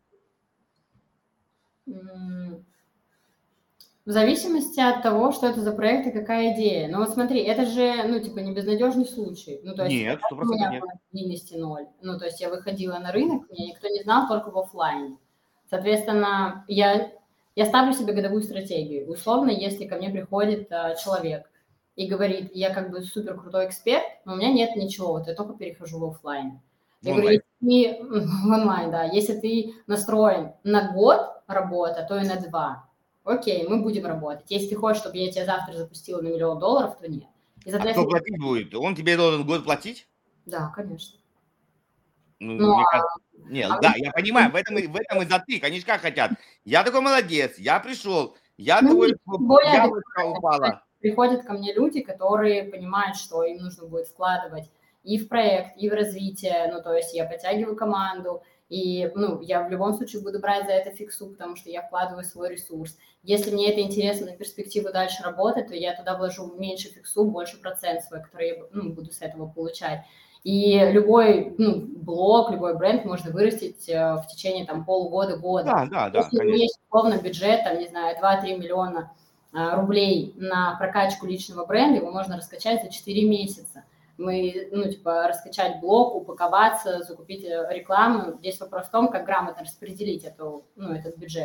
В зависимости от того, что это за проект и какая идея. Ну вот смотри, это же, ну, типа, не безнадежный случай. Ну, то есть, Нет, у 100% меня нет. была длинности ноль. Ну, то есть я выходила на рынок, меня никто не знал, только в офлайне. Соответственно, я ставлю себе годовую стратегию. Условно, если ко мне приходит человек и говорит, я как бы супер крутой эксперт, но у меня нет ничего, вот я только перехожу в офлайн. Я говорю, если ты в онлайн, да, если ты настроен на год работы, а то и на 2, окей, мы будем работать. Если ты хочешь, чтобы я тебя завтра запустила на $1 000 000, то нет. И, А кто платить будет? Он тебе должен год платить? Да, конечно. Ну, Ну, мне кажется, нет, да, я понимаю, в этом и затык. Они же как хотят. Я такой молодец, я пришел, я твой яблочко упала. Приходят ко мне люди, которые понимают, что им нужно будет вкладывать и в проект, и в развитие. Ну, то есть я подтягиваю команду, и, ну, я в любом случае буду брать за это фиксу, потому что я вкладываю свой ресурс. Если мне это интересно на перспективу дальше работать, то я туда вложу меньше фиксу, больше процент свой, который я буду с этого получать. И любой блог, любой бренд можно вырастить в течение там полугода-года. Да, Если у меня конечно. есть условно бюджет, там, не знаю, 2-3 миллиона рублей на прокачку личного бренда, его можно раскачать за 4 месяца. Мы, раскачать блог, упаковаться, закупить рекламу. Здесь вопрос в том, как грамотно распределить этот бюджет.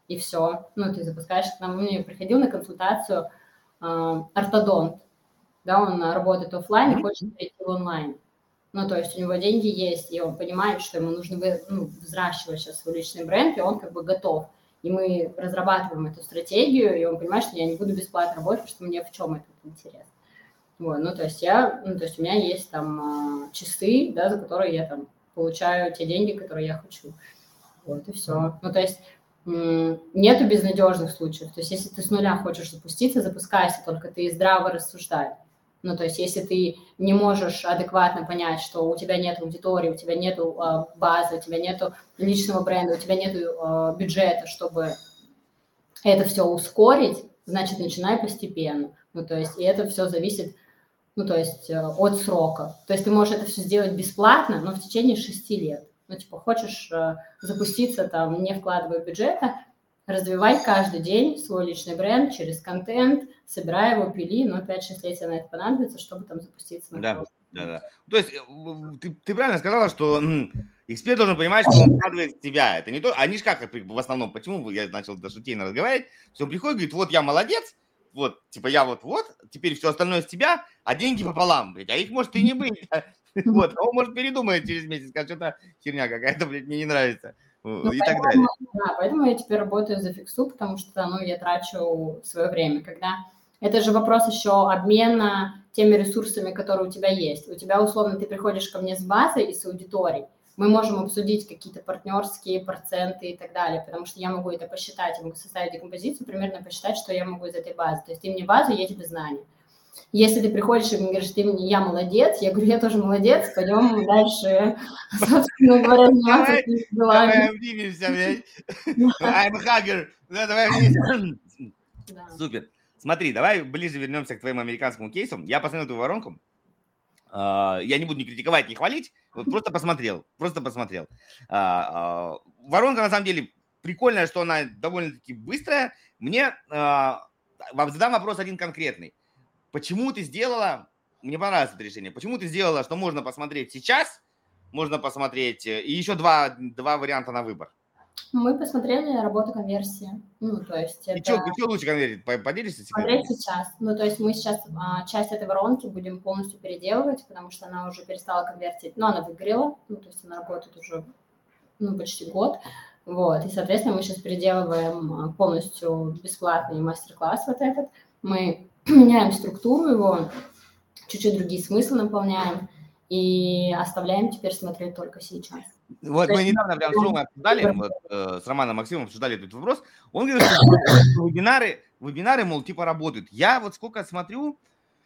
и все. Ну, ты запускаешь, к нам, мне приходил на консультацию ортодонт, да, он работает офлайн и хочет перейти в онлайн. Ну, то есть у него деньги есть, и он понимает, что ему нужно взращивать сейчас свой личный бренд, и он как бы готов. И мы разрабатываем эту стратегию, и он понимает, что я не буду бесплатно работать, потому что мне в чем этот интерес. Вот, ну, то есть у меня есть там часы, да, за которые я там получаю те деньги, которые я хочу. Вот, и все. Ну, то есть нету безнадежных случаев. То есть если ты с нуля хочешь запуститься, запускайся, только ты здраво рассуждай. Ну, то есть если ты не можешь адекватно понять, что у тебя нет аудитории, у тебя нет базы, у тебя нет личного бренда, у тебя нет бюджета, чтобы это все ускорить, значит, начинай постепенно. Ну, то есть и это все зависит, ну, то есть от срока. То есть ты можешь это все сделать бесплатно, но в течение 6 лет. Ну, типа, хочешь запуститься, там, не вкладывая бюджета, развивай каждый день свой личный бренд через контент, собирай его, пили, но 5-6 лет тебе на это понадобится, чтобы там запуститься. Да. То есть ты правильно сказала, что эксперт должен понимать, что он вкладывает в тебя. Это не то, они же как в основном, почему я начал шутейно разговаривать, что он приходит, говорит, вот я молодец, вот, типа я вот, теперь все остальное с тебя, а деньги пополам, блядь, а их может и не быть. Вот, а он может передумать через месяц, скажет, что-то херня какая-то, блядь, мне не нравится. И так далее. Да, поэтому я теперь работаю за фиксу, потому что, ну, я трачу свое время, когда... Это же вопрос еще обмена теми ресурсами, которые у тебя есть. У тебя, условно, ты приходишь ко мне с базой и с аудиторией, мы можем обсудить какие-то партнерские проценты и так далее, потому что я могу это посчитать, я могу составить декомпозицию, примерно посчитать, что я могу из этой базы. То есть ты мне базу, я тебе знания. Если ты приходишь и говоришь, я молодец, я говорю, я тоже молодец, пойдем дальше, собственно говоря, заниматься делами. Давай обнимемся, блядь. I'm a hugger. Давай обнимемся. Супер. Смотри, давай ближе вернемся к твоему американскому кейсу. Я посмотрел твою воронку. Я не буду ни критиковать, ни хвалить. Вот просто посмотрел. Воронка, на самом деле, прикольная, что она довольно-таки быстрая. Мне задам вопрос один конкретный. Почему ты сделала, мне понравилось это решение, почему ты сделала, что можно посмотреть сейчас, можно посмотреть, и еще два варианта на выбор? Мы посмотрели работу конверсии. Ну, то есть это... И что лучше конвертить? Поделишься секретом? Смотреть сейчас. Ну, то есть мы сейчас часть этой воронки будем полностью переделывать, потому что она уже перестала конвертить. Но она выгорела, ну, то есть она работает уже почти год. Вот, и, соответственно, мы сейчас переделываем полностью бесплатный мастер-класс вот этот. Мы меняем структуру его, чуть-чуть другие смыслы наполняем и оставляем теперь смотреть только сейчас. Вот мы недавно прям с Ромой обсуждали, с Романом Максимовым обсуждали этот вопрос. Он говорит, что вебинары, мол, типа работают. Я вот сколько смотрю,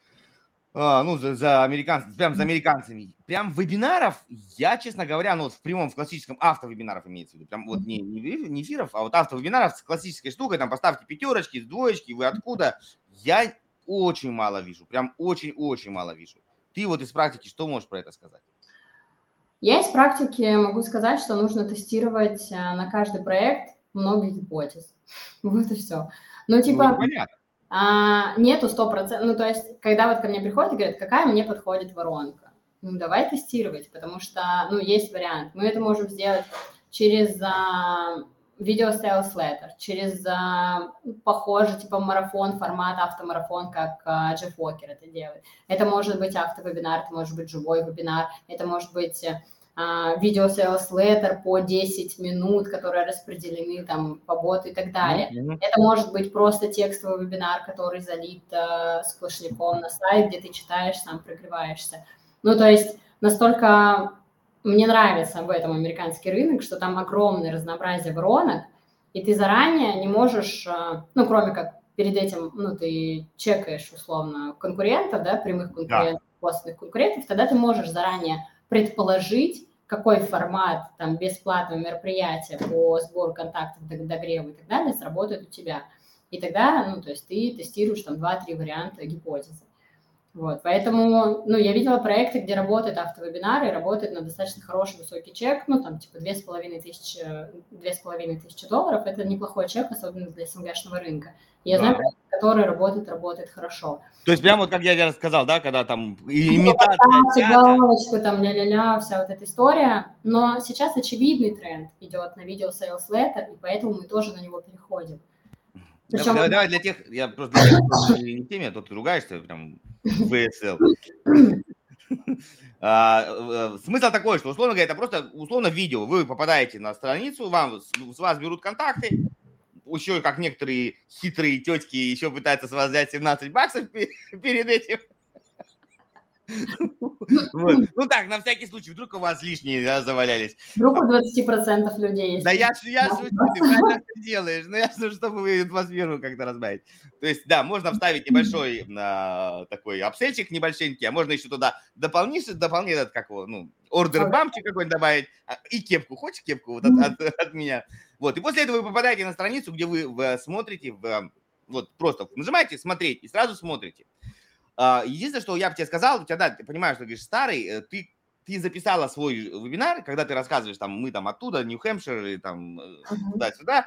за американцами, прям вебинаров, я, честно говоря, вот в прямом, в классическом автовебинаров имеется в виду, прям вот не эфиров, а вот автовебинаров с классической штукой, там поставьте 5, двоечки, вы откуда, я очень мало вижу, прям очень-очень мало вижу. Ты вот из практики что можешь про это сказать? Я из практики могу сказать, что нужно тестировать на каждый проект много гипотез. Вот и все. Ну, типа... нету 100%, ну, то есть, когда вот ко мне приходят и говорят, какая мне подходит воронка, ну, давай тестировать, потому что, ну, есть вариант. Мы это можем сделать через видео sales letter, через похожий, типа, марафон, формат автомарафон, как Джефф Уокер это делает. Это может быть автовебинар, это может быть живой вебинар, это может быть... видео sales letter по 10 минут, которые распределены там по боту и так далее. Это может быть просто текстовый вебинар, который залит сплошняком на сайт, где ты читаешь, сам прогреваешься. Ну, то есть настолько мне нравится в этом американский рынок, что там огромное разнообразие воронок, и ты заранее не можешь, ну, кроме как перед этим, ну, ты чекаешь условно конкурентов, да, прямых конкурентов, косвенных конкурентов, тогда ты можешь заранее предположить, какой формат там бесплатного мероприятия по сбору контактов, догреву и так далее сработает у тебя. И тогда, ну, то есть ты тестируешь там 2-3 варианта гипотезы. Вот, поэтому, ну, я видела проекты, где работают автовебинары, работают на достаточно хороший высокий чек, ну, там, типа, $2500, это неплохой чек, особенно для СНГшного рынка. И я знаю Да. проекты, которые работают хорошо. То есть прямо вот как я сказал, да, когда там Имитация, имитация чата. галочку, там, ля-ля-ля, вся вот эта история. Но сейчас очевидный тренд идет на видео Sales Letter, и поэтому мы тоже на него переходим. Причем... Давай для тех, я просто для тех, кто не в теме, а то ты ругаешься, прям VSL. Смысл такой, что, условно говоря, это просто условно видео. Вы попадаете на страницу, с вас берут контакты, еще как некоторые хитрые тетки еще пытаются с вас взять $17 перед этим. Вот. Ну так, на всякий случай, вдруг у вас лишние завалялись. Вдруг у 20% людей есть. Да я шучу, ты правильно делаешь, но ясно, чтобы вы атмосферу как-то разбавить. То есть, да, можно вставить небольшой такой апсельчик небольшенький, а можно еще туда дополнительно этот, как его, ну, ордер-бамчик какой-нибудь добавить, и кепку. Хочешь кепку вот от меня? Вот, и после этого вы попадаете на страницу, где вы смотрите, вот просто нажимаете «Смотреть» и сразу смотрите. Единственное, что я бы тебе сказал, у тебя, да, ты понимаешь, что ты говоришь старый, ты записала свой вебинар, когда ты рассказываешь, там, мы там оттуда, Нью-Хэмпшир, и там туда-сюда.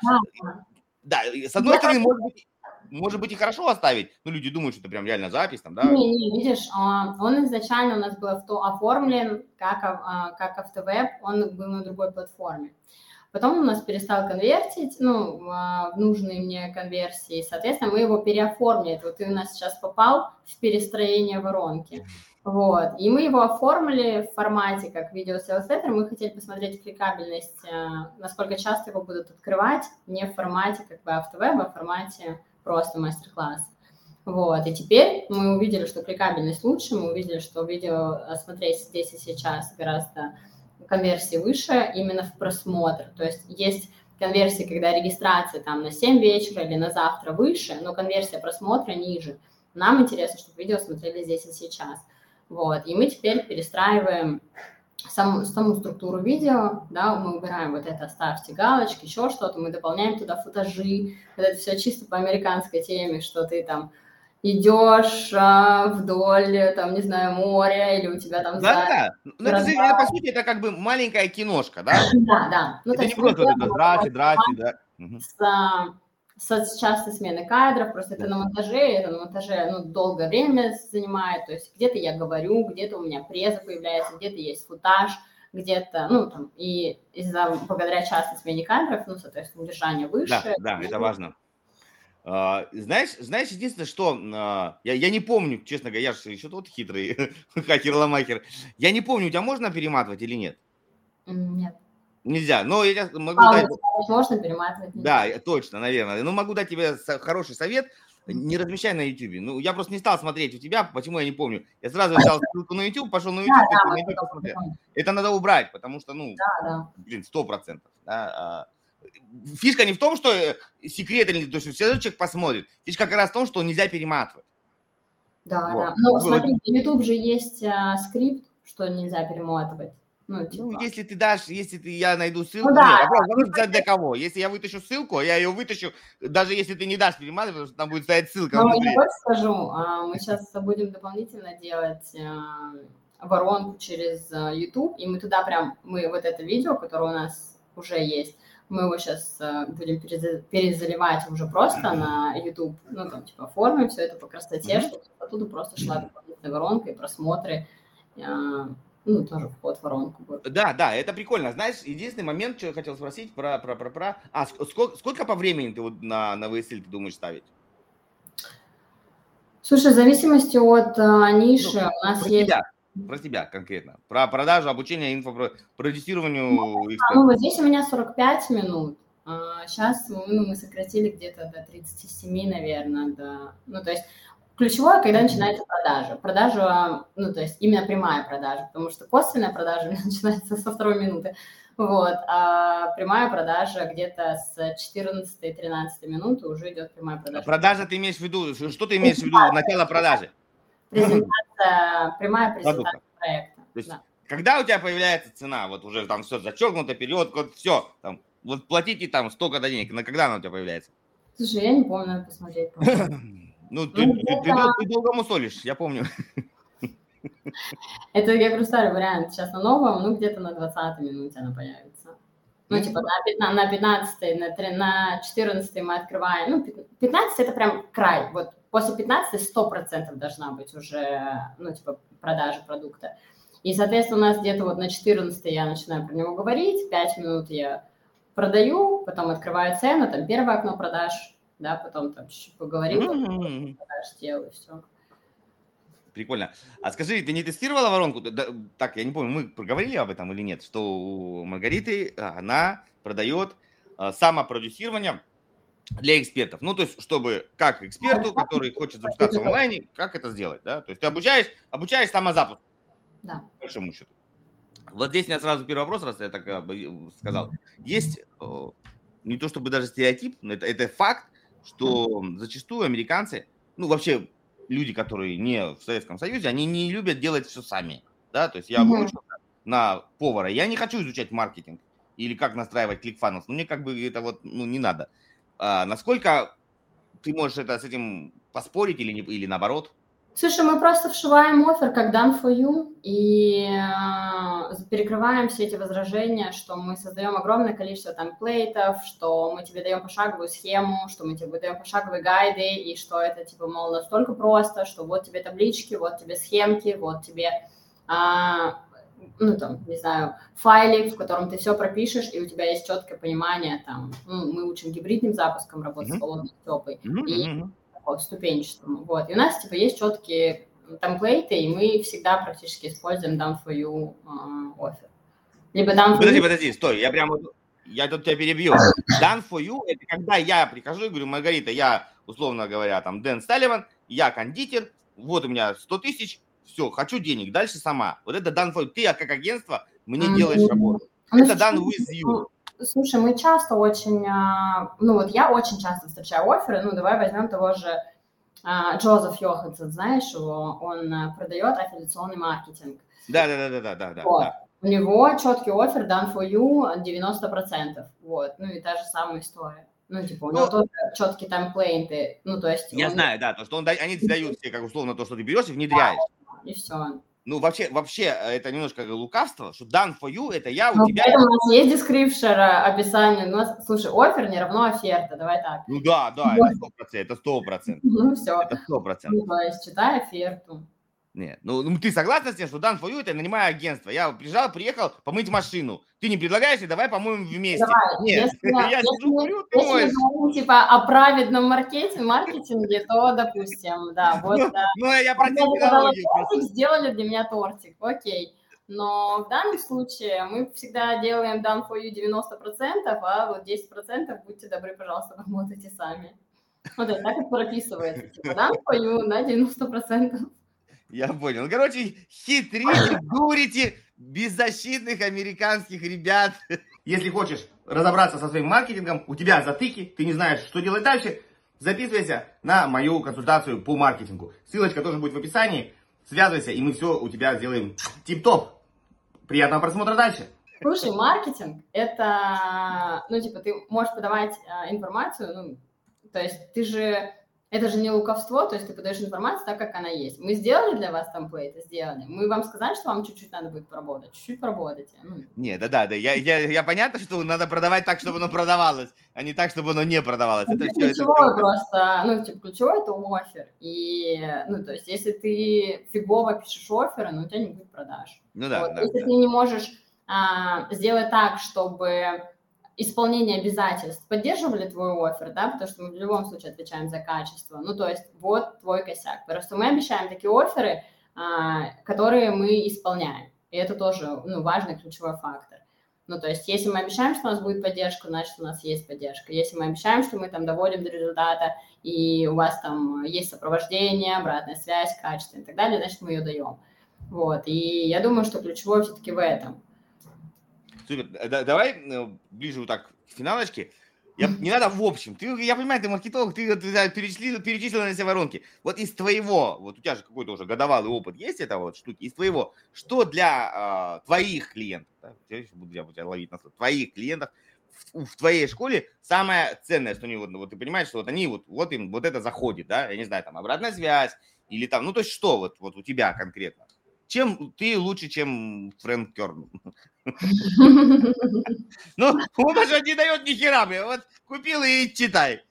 Да, с одной стороны, может быть и хорошо оставить, но люди думают, что это прям реально запись там, да? Не, видишь, он изначально у нас был оформлен как автовеб, он был на другой платформе. Потом он у нас перестал конвертить, ну, в нужные мне конверсии, соответственно, мы его переоформили. Вот ты у нас сейчас попал в перестроение воронки. Вот, и мы его оформили в формате как видео Sales Letter. Мы хотели посмотреть кликабельность, насколько часто его будут открывать, не в формате как бы автовеба, а в формате просто мастер-класс. Вот, и теперь мы увидели, что кликабельность лучше, мы увидели, что видео смотреть здесь и сейчас гораздо конверсии выше именно в просмотр. То есть конверсии, когда регистрация там на 7 вечера или на завтра выше, но конверсия просмотра ниже. Нам интересно, чтобы видео смотрели здесь и сейчас. Вот, и мы теперь перестраиваем саму структуру видео, да, мы убираем вот это, ставьте галочки, еще что-то, мы дополняем туда футажи, это все чисто по американской теме, что ты там идешь вдоль, там, не знаю, моря, или у тебя там... Да. Ну, это, по сути, это как бы маленькая киношка, да? Да. Ну, это не просто вот это здрасте, да. С частой смены кадров, просто это на монтаже, ну, долгое время занимает, то есть где-то я говорю, где-то у меня преза появляется, где-то есть футаж, где-то, ну, там, и благодаря частой смене кадров, ну, соответственно, удержание выше. Да, это важно. Знаешь, единственное, что я не помню, честно говоря, я же еще тот хитрый хакер-ломахер, я не помню, у тебя можно перематывать или нет? Нет. Нельзя, но я могу дать... Можно перематывать. Да, точно, наверное. Но могу дать тебе хороший совет. Не размещай на YouTube. Ну, я просто не стал смотреть у тебя, почему я не помню. Я сразу взял ссылку на YouTube, пошел на YouTube, посмотрел. Это надо убрать, потому что, ну, блин, 100%. Да, фишка не в том, что секрет, или то, что все человек посмотрит. Фишка как раз в том, что нельзя перематывать. Да, вот. Ну, смотри, на YouTube же есть скрипт, что нельзя перематывать. Ну, если я найду ссылку, ну, да. Вопрос для кого? Если я вытащу ссылку, я ее вытащу, даже если ты не дашь перематывать, потому что там будет стоять ссылка. Ну, я больше скажу, мы сейчас будем дополнительно делать воронку через YouTube, и мы туда мы вот это видео, которое у нас уже есть, мы его сейчас будем перезаливать уже просто на YouTube, ну, там, типа, оформим все это по красоте, чтобы оттуда просто шла дополнительная воронка и просмотры, ну, тоже вход в воронку будет. Да, это прикольно. Знаешь, единственный момент, что я хотел спросить сколько по времени ты вот на VSL ты думаешь ставить? Слушай, в зависимости от ниши у нас есть... Про тебя конкретно. Про продажу, обучение, инфопродюсированию. Ну, вот здесь у меня 45 минут. Сейчас мы сократили где-то до 37, наверное. Ну, то есть ключевое, когда начинается продажа. Продажа, ну, то есть именно прямая продажа, потому что косвенная продажа начинается со 2 минуты. Вот, а прямая продажа где-то с 14-13 минуты уже идет прямая продажа. Продажа ты имеешь в виду, что ты имеешь в виду, начало продажи? Прямая презентация проекта. То есть, когда у тебя появляется цена, вот уже там все зачеркнуто, период, все, там, вот платите там столько денег, на когда она у тебя появляется? Слушай, я не помню, надо посмотреть. Ну, Ну, ты долго мусолишь, я помню. это, я говорю, старый вариант. Сейчас на новом, ну, где-то на 20-й минуте она появится. Ну, типа на 15-й, на 14-й мы открываем. Ну, 15 это прям край. Вот после 15 100% должна быть уже, ну, типа, продажа продукта. И, соответственно, у нас где-то вот на 14 я начинаю про него говорить, 5 минут я продаю, потом открываю цену, там первое окно продаж, да, потом там чуть-чуть поговорил, продаж делаю, все. Прикольно. А скажи, ты не тестировала воронку? Так, я не помню, мы проговорили об этом или нет, что у Маргариты она продает самопродюсирование для экспертов. Ну, то есть, чтобы как эксперту, который хочет запускаться в онлайне, как это сделать, да? То есть ты обучаешь самозапуск. Да. По большому счету. Вот здесь у меня сразу первый вопрос, раз я так сказал. Есть не то чтобы даже стереотип, но это факт, что зачастую американцы, ну, вообще люди, которые не в Советском Союзе, они не любят делать все сами, да, то есть я выучился на повара, я не хочу изучать маркетинг или как настраивать ClickFunnels, но мне как бы это вот, ну, не надо. Насколько ты можешь с этим поспорить или наоборот? Слушай, мы просто вшиваем оффер как done for you и перекрываем все эти возражения, что мы создаем огромное количество темплейтов, что мы тебе даем пошаговую схему, что мы тебе даем пошаговые гайды, и что это, типа, мол, настолько просто, что вот тебе таблички, вот тебе схемки, вот тебе, ну, там, не знаю, файлик, в котором ты все пропишешь, и у тебя есть четкое понимание, там, ну, мы учим гибридным запуском работать с холодной топой, и ступенчатому. Вот. И у нас типа есть четкие темплейты, и мы всегда практически используем done for you offer. Либо done for you... Подожди, стой, я тут тебя перебью. Done for you, это когда я прихожу и говорю: Маргарита, я, условно говоря, там, Дэн Салливан, я кондитер, вот у меня 100 тысяч, все, хочу денег, дальше сама. Вот это done for you. Ты, как агентство, мне делаешь работу. Это done with you. Слушай, мы часто очень, ну вот я очень часто встречаю офферы, ну давай возьмем того же Джозеф Йоханссон, знаешь его, он продает аффилиационный маркетинг. Да. Вот. У него четкий оффер done for you 90%, вот, ну и та же самая история. Ну, типа, у него тоже четкие темплейты, ну, то есть... Я знаю, да, то, что они дают тебе, как условно, то, что ты берешь и внедряешь. И все. Ну, вообще, это немножко лукавство, что done for you, это я у тебя... У нас есть description, описание. У нас, слушай, оффер не равно оферта, давай так. Ну да, это 100%. Ну все. Это 100%. Ну, то есть читай оферту. Нет, ну ты согласна с тем, что done for you это нанимаю агентство? Я приехал помыть машину. Ты не предлагаешь, и давай помоем вместе. Давай, нет, я сижу, курю, ты моешь. Если мы говорим, типа, о праведном маркетинге, то, допустим, да, вот. Ну, я про технологию. Сделали для меня тортик, окей. Но в данном случае мы всегда делаем done for you 90%, а вот 10% будьте добры, пожалуйста, работайте сами. Вот это так и прописывается. Типа done for you на 90%. Я понял. Короче, хитрите, дурите беззащитных американских ребят. Если хочешь разобраться со своим маркетингом, у тебя затыки, ты не знаешь, что делать дальше, записывайся на мою консультацию по маркетингу. Ссылочка тоже будет в описании. Связывайся, и мы все у тебя сделаем тип-топ. Приятного просмотра дальше. Слушай, маркетинг – это, ну, типа, ты можешь подавать информацию, ну, то есть это же не лукавство, то есть ты подаешь информацию так, как она есть. Мы сделали для вас темплейты, сделали. Мы вам сказали, что вам чуть-чуть надо будет поработать. Чуть-чуть поработайте. Не, да. Я понятно, что надо продавать так, чтобы оно продавалось, а не так, чтобы оно не продавалось. Это ключевое просто, ну, типа, ключевое – это оффер. И, ну, то есть если ты фигово пишешь офферы, ну, у тебя не будет продаж. Ну да, вот. Если ты не можешь сделать так, чтобы исполнение обязательств поддерживали твой оффер, да, потому что мы в любом случае отвечаем за качество. Ну, то есть вот твой косяк. Просто мы обещаем такие офферы, которые мы исполняем. И это тоже, ну, важный ключевой фактор. Ну, то есть если мы обещаем, что у нас будет поддержка, значит, у нас есть поддержка. Если мы обещаем, что мы там доводим до результата, и у вас там есть сопровождение, обратная связь, качество и так далее, значит, мы ее даем. Вот. И я думаю, что ключевое все-таки в этом. Супер. Давай ближе вот так к финалочке. Не надо в общем. Я понимаю, ты маркетолог, ты перечислил на все воронки. Вот из твоего, вот у тебя же какой-то уже годовалый опыт есть этого вот штуки, из твоего, что для твоих клиентов, да, я буду тебя ловить на слово, твоих клиентов в твоей школе самое ценное, что они вот ты понимаешь, что вот они вот им вот это заходит, да, я не знаю, там обратная связь или там, ну то есть что вот у тебя конкретно? Чем ты лучше, чем Фрэнк Кёрн? Ну, он же не дает ни хера, вот купил и читай.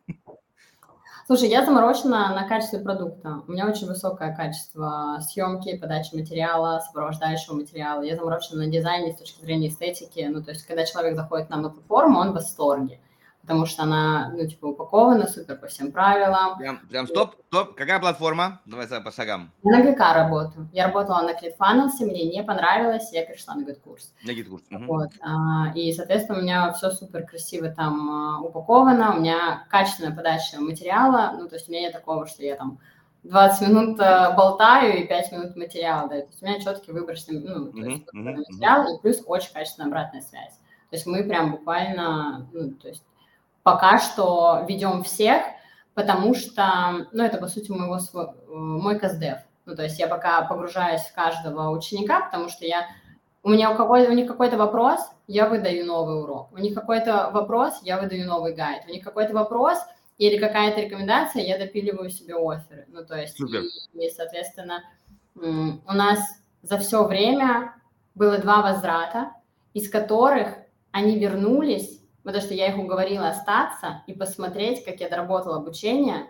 Слушай, я заморочена на качестве продукта. У меня очень высокое качество съемки, подачи материала, сопровождающего материала. Я заморочена на дизайне с точки зрения эстетики. Ну, то есть, когда человек заходит к нам на платформу, он в восторге, потому что она, ну, типа, упакована супер по всем правилам. Прям стоп. Какая платформа? Давай по шагам. Я на ГК работаю. Я работала на ClickFunnels, мне не понравилось, я перешла на GetCourse. На GetCourse. Вот. И, соответственно, у меня все супер красиво там упаковано, у меня качественная подача материала, ну, то есть у меня нет такого, что я там 20 минут болтаю и 5 минут материала, да, то есть у меня четкий выборочный, ну, то есть материал, и плюс очень качественная обратная связь. То есть мы прям буквально, ну, то есть пока что ведем всех, потому что, ну, это, по сути, мой КСДФ. Ну, то есть я пока погружаюсь в каждого ученика, потому что у них какой-то вопрос, я выдаю новый урок. У них какой-то вопрос, я выдаю новый гайд. У них какой-то вопрос или какая-то рекомендация, я допиливаю себе офферы. Ну, то есть, и, соответственно, у нас за все время было 2 возврата, из которых они вернулись, потому что я их уговорила остаться и посмотреть, как я доработала обучение.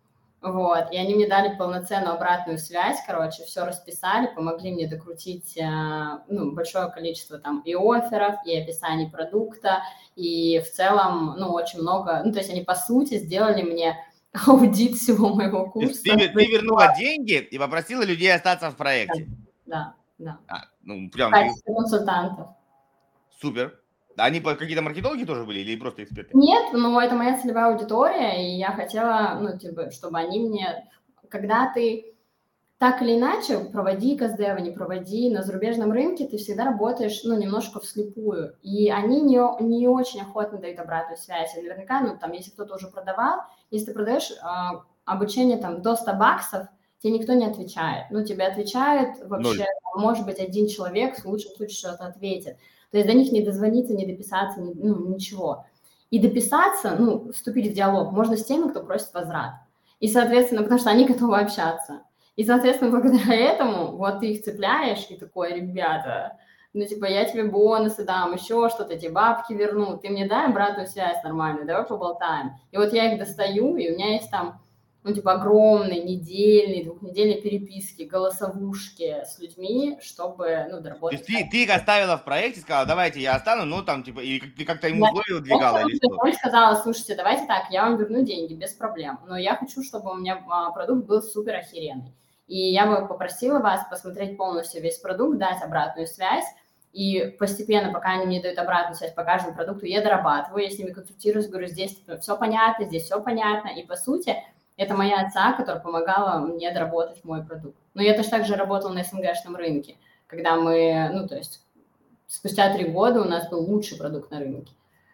Вот, и они мне дали полноценную обратную связь, короче, все расписали, помогли мне докрутить, ну, большое количество там и офферов, и описаний продукта, и в целом, ну, очень много, ну, то есть они, по сути, сделали мне аудит всего моего курса. Ты вернула деньги и попросила людей остаться в проекте? Да. Ну, прям... В качестве консультантов. Супер. Они какие-то маркетологи тоже были или просто эксперты? Нет, но это моя целевая аудитория, и я хотела, ну, типа, чтобы они мне... Когда ты так или иначе, проводи КСДВ, не проводи, на зарубежном рынке ты всегда работаешь, ну, немножко вслепую, и они не очень охотно дают обратную связь. И наверняка, ну, там, если кто-то уже продавал, если ты продаешь обучение, там, до $100, тебе никто не отвечает. Ну, тебе отвечает вообще, может быть, один человек, в лучшем случае что-то ответит. То есть до них не дозвониться, не дописаться, ничего. И дописаться, ну, вступить в диалог можно с теми, кто просит возврат. И, соответственно, потому что они готовы общаться. И, соответственно, благодаря этому вот ты их цепляешь и такой, ребята, ну, типа, я тебе бонусы дам, еще что-то, эти бабки верну, ты мне дай обратную связь нормальную, давай поболтаем. И вот я их достаю, и у меня есть там, ну, типа, огромные недельные, двухнедельные переписки, голосовушки с людьми, чтобы, ну, доработать. То есть ты их оставила в проекте, сказала, давайте я остану, ну, там, типа, и ты как-то им условия выдвигала или что? Я сказала, слушайте, давайте так, я вам верну деньги без проблем, но я хочу, чтобы у меня продукт был супер охеренный. И я бы попросила вас посмотреть полностью весь продукт, дать обратную связь, и постепенно, пока они мне дают обратную связь по каждому продукту, я дорабатываю, я с ними консультируюсь, говорю, здесь все понятно, здесь все понятно, и, по сути, это моя отца, которая помогала мне доработать мой продукт. Но я точно так же работала на СНГшном рынке, когда мы, ну, то есть спустя 3 года у нас был лучший продукт на рынке.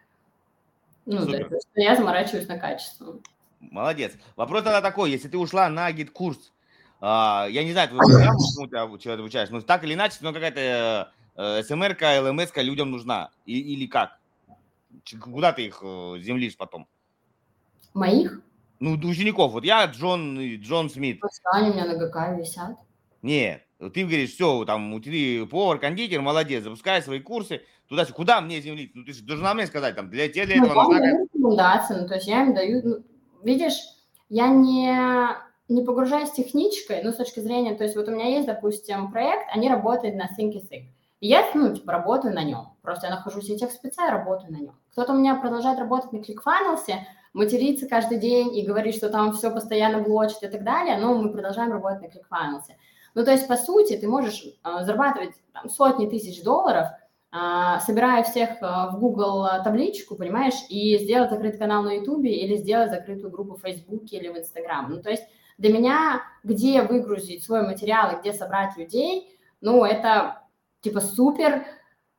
Ну, то есть я заморачиваюсь на качество. Молодец. Вопрос тогда такой, если ты ушла на GetCourse, я не знаю, твою программу, чему ты обучаешь, но так или иначе, но какая-то СМР-ка, ЛМС-ка людям нужна. Или как? Куда ты их землишь потом? Моих? Ну, учеников. Вот я Джон Смит. Они у меня на ГК висят. Нет, ты говоришь, все, там, ты повар, кондитер, молодец, запускай свои курсы, туда куда мне землить? Ну, ты же должна мне сказать, там, для этого нужна... рекомендации, ну, то есть я им даю, ну, видишь, я не погружаюсь техничкой, но с точки зрения, то есть вот у меня есть, допустим, проект, они работают на Thinkific, и я, ну, типа, работаю на нем, просто я нахожусь в техспеца и работаю на нем. Кто-то у меня продолжает работать на ClickFunnels, матерится каждый день и говорит, что там все постоянно блочит и так далее, но мы продолжаем работать на ClickFunnels. Ну, то есть, по сути, ты можешь зарабатывать там, сотни тысяч долларов, собирая всех в Google табличку, понимаешь, и сделать закрытый канал на YouTube или сделать закрытую группу в Facebook или в Instagram. Ну, то есть для меня, где выгрузить свой материал и где собрать людей, ну, это типа супер,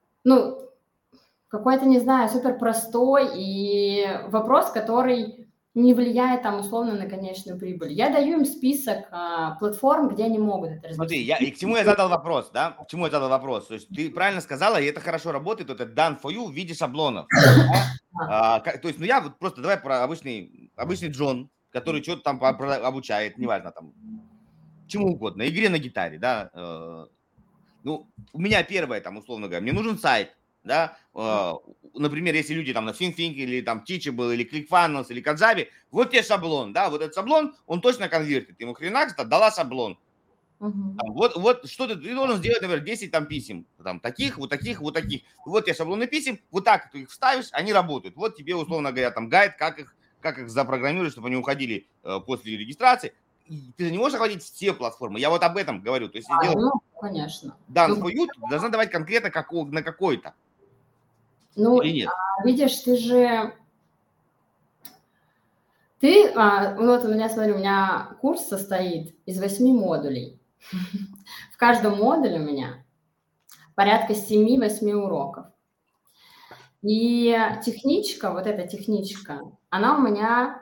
ну, какой-то, не знаю, супер простой и вопрос, который не влияет там условно на конечную прибыль. Я даю им список платформ, где они могут это Смотри, разместить. и к чему я задал вопрос, да? К чему я задал вопрос? То есть ты правильно сказала, и это хорошо работает, это done for you в виде шаблонов. Да? То есть, ну я вот просто давай про обычный Джон, который что-то там обучает, неважно, там, чему угодно, игре на гитаре, да. Ну, у меня первое, там, условно говоря, мне нужен сайт, да, например, если люди там на ThinkThink или там Teachable, или ClickFunnels, или Kajabi, вот тебе шаблон, да, вот этот шаблон, он точно конвертит, ему хренак дала шаблон. Там, вот что ты должен сделать, например, 10 там писем, там, таких, вот таких, вот таких. Вот тебе шаблоны писем, вот так ты их вставишь, они работают. Вот тебе, условно говоря, там гайд, как их запрограммировать, чтобы они уходили после регистрации. И ты не можешь охватить все платформы. Я вот об этом говорю. То есть, если делать конечно. done for you, ты должна давать конкретно на какой-то. Ну, или нет? Видишь, вот у меня курс состоит из 8 модулей. В каждом модуле у меня порядка 7-8 уроков. И техничка, вот эта техничка, она у меня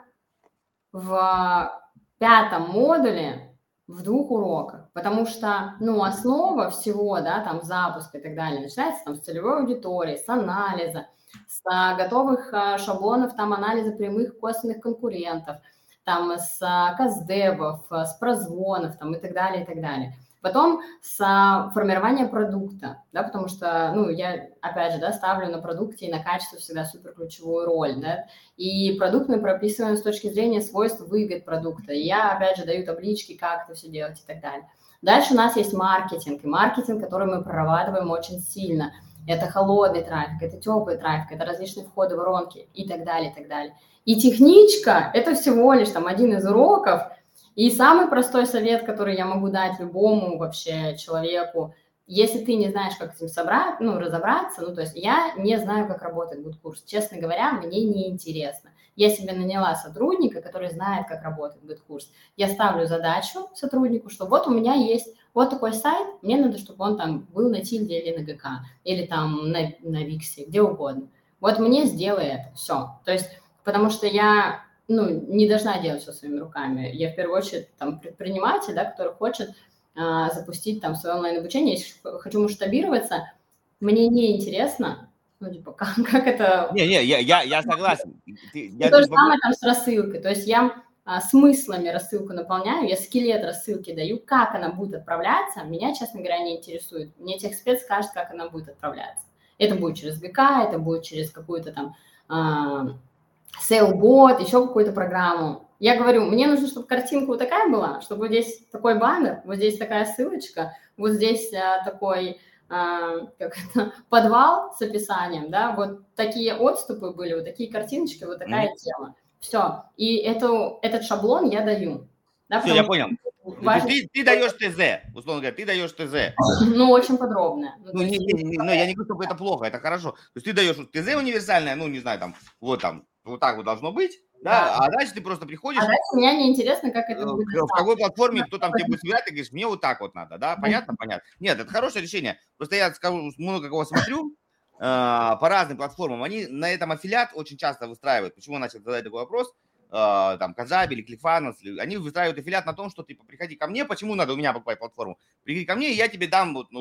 в 5 модуле в 2 уроках, потому что, основа всего, да, там запуска и так далее, начинается там с целевой аудитории, с анализа, с готовых шаблонов там анализа прямых косвенных конкурентов, там с каздевов, с прозвонов там и так далее, и так далее. Потом с формирования продукта, да, потому что, я, опять же, да, ставлю на продукте и на качество всегда супер ключевую роль, да, и продукт мы прописываем с точки зрения свойств, выгод продукта, и я, опять же, даю таблички, как это все делать и так далее. Дальше у нас есть маркетинг, который мы прорабатываем очень сильно. Это холодный трафик, это теплый трафик, это различные входы, воронки и так далее, и так далее. И техничка – это всего лишь там один из уроков. И самый простой совет, который я могу дать любому вообще человеку, если ты не знаешь, как этим разобраться, то есть я не знаю, как работает GoodCourse. Честно говоря, мне неинтересно. Я себе наняла сотрудника, который знает, как работает GoodCourse. Я ставлю задачу сотруднику, что вот у меня есть вот такой сайт, мне надо, чтобы он там был на Тильде или на ГК, или там на Виксе, где угодно. Вот мне сделай это, все. То есть, потому что я не должна делать все своими руками. Я в первую очередь там предприниматель, да, который хочет запустить там свое онлайн-обучение. Если хочу масштабироваться, мне неинтересно, как это... Я согласен. То же самое там с рассылкой. То есть я смыслами рассылку наполняю, я скелет рассылки даю, как она будет отправляться, меня, честно говоря, не интересует. Мне техспец скажет, как она будет отправляться. Это будет через ГК, это будет через какую-то там... SailBot, еще какую-то программу. Я говорю, мне нужно, чтобы картинка вот такая была, чтобы вот здесь такой баннер, вот здесь такая ссылочка, вот здесь такой подвал с описанием, да, вот такие отступы были, вот такие картиночки, вот такая тема. Все. И этот шаблон я даю. Да, все, я понял. Ты даешь ТЗ, условно говоря, ты даешь ТЗ. Очень подробно. Я не говорю, что это плохо, это хорошо. То есть ты даешь ТЗ универсальное, не знаю, там, вот так вот должно быть, да, а дальше ты просто приходишь... А дальше мне не интересно, как это будет. В какой платформе, кто там тебе будет собирать, ты говоришь, мне вот так вот надо, да, понятно? Нет, это хорошее решение. Просто я скажу, много кого смотрю по разным платформам, они на этом аффилиат очень часто выстраивают. Почему я начал задать такой вопрос? Там, Kajabi или ClickFunnels, они выстраивают аффилиат на том, что ты приходи ко мне, почему надо у меня покупать платформу? Приходи ко мне, и я тебе дам вот,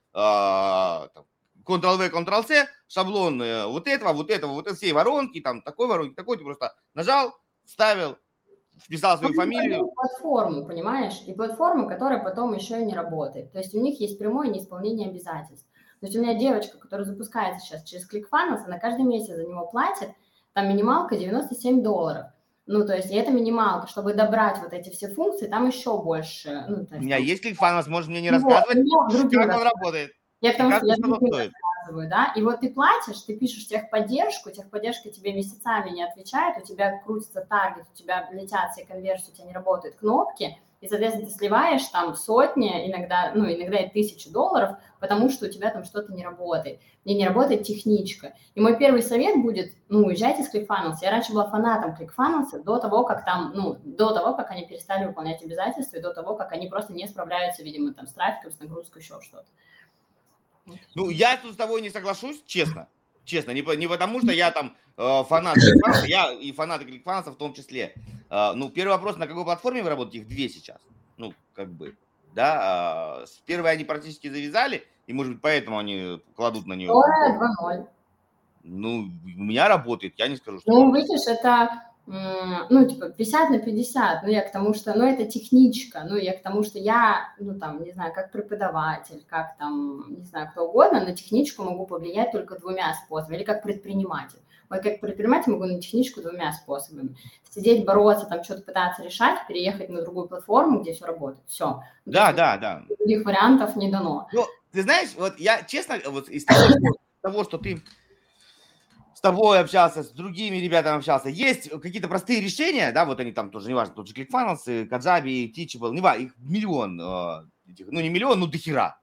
Ctrl-V, Ctrl-C, шаблон вот этого, всей воронки, там, такой, ты просто нажал, вставил, вписал свою фамилию. Платформу, понимаешь? И платформу, которая потом еще и не работает. То есть у них есть прямое неисполнение обязательств. То есть у меня девочка, которая запускается сейчас через ClickFunnels, она каждый месяц за него платит, там минималка $97. То есть, и это минималка, чтобы добрать вот эти все функции, там еще больше. У меня есть ClickFunnels, можешь мне не рассказывать, как он работает. Я потому что я рассказываю, да, и вот ты платишь, ты пишешь техподдержка тебе месяцами не отвечает, у тебя крутится таргет, у тебя летят все конверсии, у тебя не работают кнопки, и, соответственно, ты сливаешь там сотни, иногда и $1000, потому что у тебя там что-то не работает, и не работает техничка. И мой первый совет будет, уезжайте с ClickFunnels. Я раньше была фанатом ClickFunnels до того, как они перестали выполнять обязательства, и до того, как они просто не справляются, видимо, там с трафиком, с нагрузкой, еще что-то. Я тут с тобой не соглашусь, честно. Не потому, что я там фанат ClickFunnels, я и фанаты ClickFunnels в том числе. Ну, первый вопрос, на какой платформе вы работаете? Их 2 сейчас. Ну, как бы, да. С первой они практически завязали, и, может быть, поэтому они кладут на нее. Вторая 2.0. Ну, у меня работает, я не скажу, что... Ну, видишь, это, ну, типа, 50 на 50, ну, я к тому, что, ну, это техничка, ну, я к тому, что я, ну, там, не знаю, как преподаватель, как там, не знаю, кто угодно, на техничку могу повлиять только 2 способами, или как предприниматель. Вот как предприниматель могу на техничку 2 способами. Сидеть, бороться, там, что-то пытаться решать, переехать на другую платформу, где все работает, все. Ну, Да, да, да. Других вариантов не дано. Ну, ты знаешь, вот я, честно, вот из того, что ты... с тобой общался, с другими ребятами общался. Есть какие-то простые решения, да, вот они там тоже, неважно, тот же ClickFunnels, Kajabi, Teachable, неважно, их миллион, ну не миллион, ну дохера.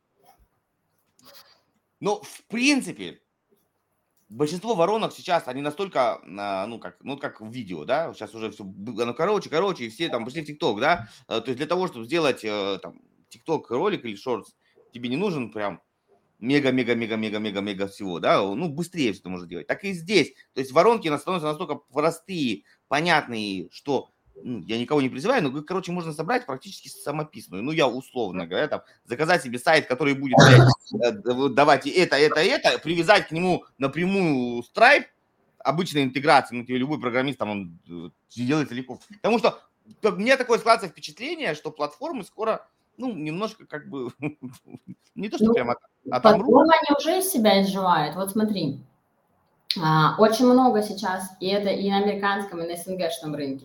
Но в принципе большинство воронок сейчас, они настолько, ну как в видео, да, сейчас уже все, оно короче, и все там пошли в ТикТок, да, то есть для того, чтобы сделать там ТикТок ролик или шортс, тебе не нужен прям мега всего, да, ну, быстрее все это можно делать. Так и здесь. То есть воронки становятся настолько простые, понятные, что, ну, я никого не призываю, но, короче, можно собрать практически самописную. Ну, я условно говоря, там, заказать себе сайт, который будет давать это, привязать к нему напрямую Stripe, обычная интеграция, ну, тебе любой программист там он делает легко. Потому что у меня такое складывается впечатление, что платформы скоро, ну, немножко как бы, не то, что прямо отомрут. Платформы они уже из себя изживают. Вот смотри, очень много сейчас, и это и на американском, и на СНГшном рынке.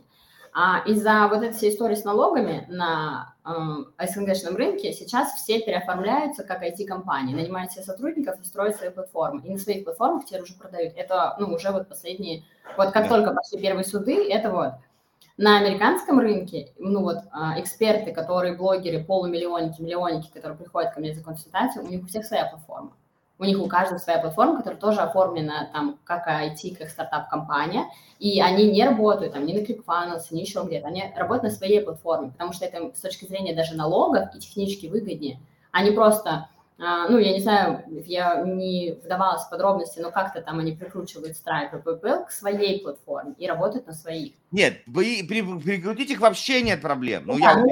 Из-за вот этой всей истории с налогами на СНГшном рынке сейчас все переоформляются как IT-компании, нанимают себе сотрудников и строят свои платформы. И на своих платформах теперь уже продают. Это, ну, уже вот последние, вот как только пошли первые суды, это вот. На американском рынке, ну вот, эксперты, которые блогеры, полумиллионники, миллионники, которые приходят ко мне за консультацию, у них у всех своя платформа. У них у каждого своя платформа, которая тоже оформлена там как IT, как стартап-компания, и они не работают там ни на ClickFunnels, ни еще где-то, они работают на своей платформе, потому что это с точки зрения даже налогов и технически выгоднее. Они просто, ну, я не знаю, я не вдавалась в подробности, но как-то там они прикручивают Stripe и PayPal к своей платформе и работают на своих. Нет, вы прикрутить их вообще нет проблем. Ну, да,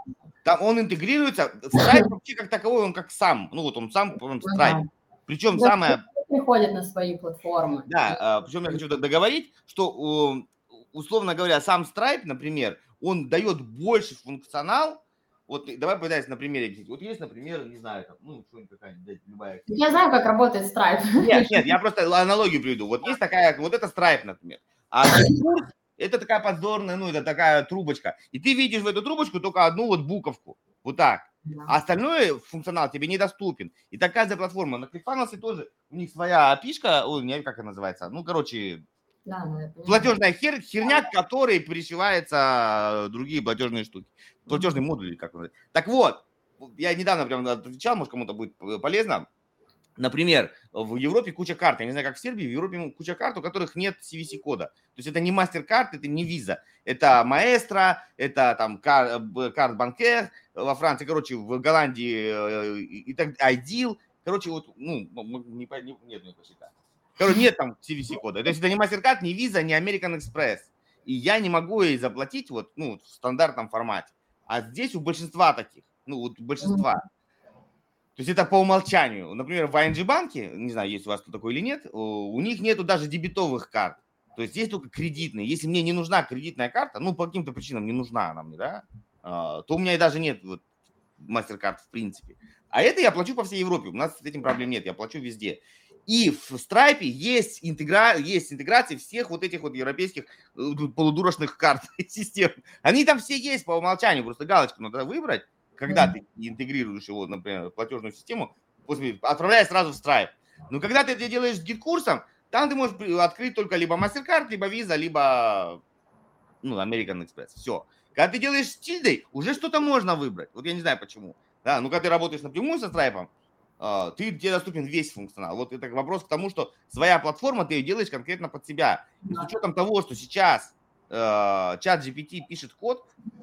там он интегрируется, Stripe вообще как таковой, он как сам, ну, вот он сам Stripe. Причем да, самое... приходят на свои платформы. Да, причем я хочу договорить, что, условно говоря, сам Stripe, например, он дает больше функционал. Вот давай попытайся на примере. Вот есть, например, не знаю, там, ну, что-нибудь какая-нибудь, любая... Я знаю, как работает Stripe. Нет, я просто аналогию приведу. Вот есть такая, вот это Stripe, например. А это такая подзорная, ну, это такая трубочка. И ты видишь в эту трубочку только одну вот буковку. Вот так. А остальной функционал тебе недоступен. И так каждая платформа. На ClickFunnels тоже у них своя API-шка, ой, не как она называется, ну, короче, платежная херня, к которой пришиваются другие платежные штуки. Платежные модули, как называется. Так вот, я недавно прям отвечал, может, кому-то будет полезно. Например, в Европе куча карт, я не знаю, как в Сербии, в Европе куча карт, у которых нет CVC-кода. То есть это не MasterCard, это не Visa. Это Maestro, это там карт Банкер во Франции, короче, в Голландии и так Ideal. Короче, вот, ну, нет никакой карты. Короче, нет там CVC-кода. То есть это не MasterCard, не Visa, не American Express. И я не могу ей заплатить вот, ну, в стандартном формате. А здесь у большинства таких, ну, вот у большинства. То есть это по умолчанию. Например, в ING банке, не знаю, есть у вас такой или нет, у них нету даже дебетовых карт. То есть есть только кредитные. Если мне не нужна кредитная карта, ну, по каким-то причинам не нужна она мне, да, то у меня и даже нет вот MasterCard в принципе. А это я плачу по всей Европе. У нас с этим проблем нет, я плачу везде. И в Stripe есть интеграции всех вот этих вот европейских полудурочных карт и систем. Они там все есть по умолчанию, просто галочку надо выбрать, когда ты интегрируешь его, например, в платежную систему, отправляя сразу в Stripe. Но когда ты это делаешь с гид-курсом, там ты можешь открыть только либо MasterCard, либо Visa, либо, ну, American Express. Все. Когда ты делаешь с тильдой, уже что-то можно выбрать. Вот я не знаю почему. Да, но когда ты работаешь напрямую со Stripe, тебе доступен весь функционал. Вот это вопрос к тому, что своя платформа, ты ее делаешь конкретно под себя. И с учетом того, что сейчас чат GPT пишет код,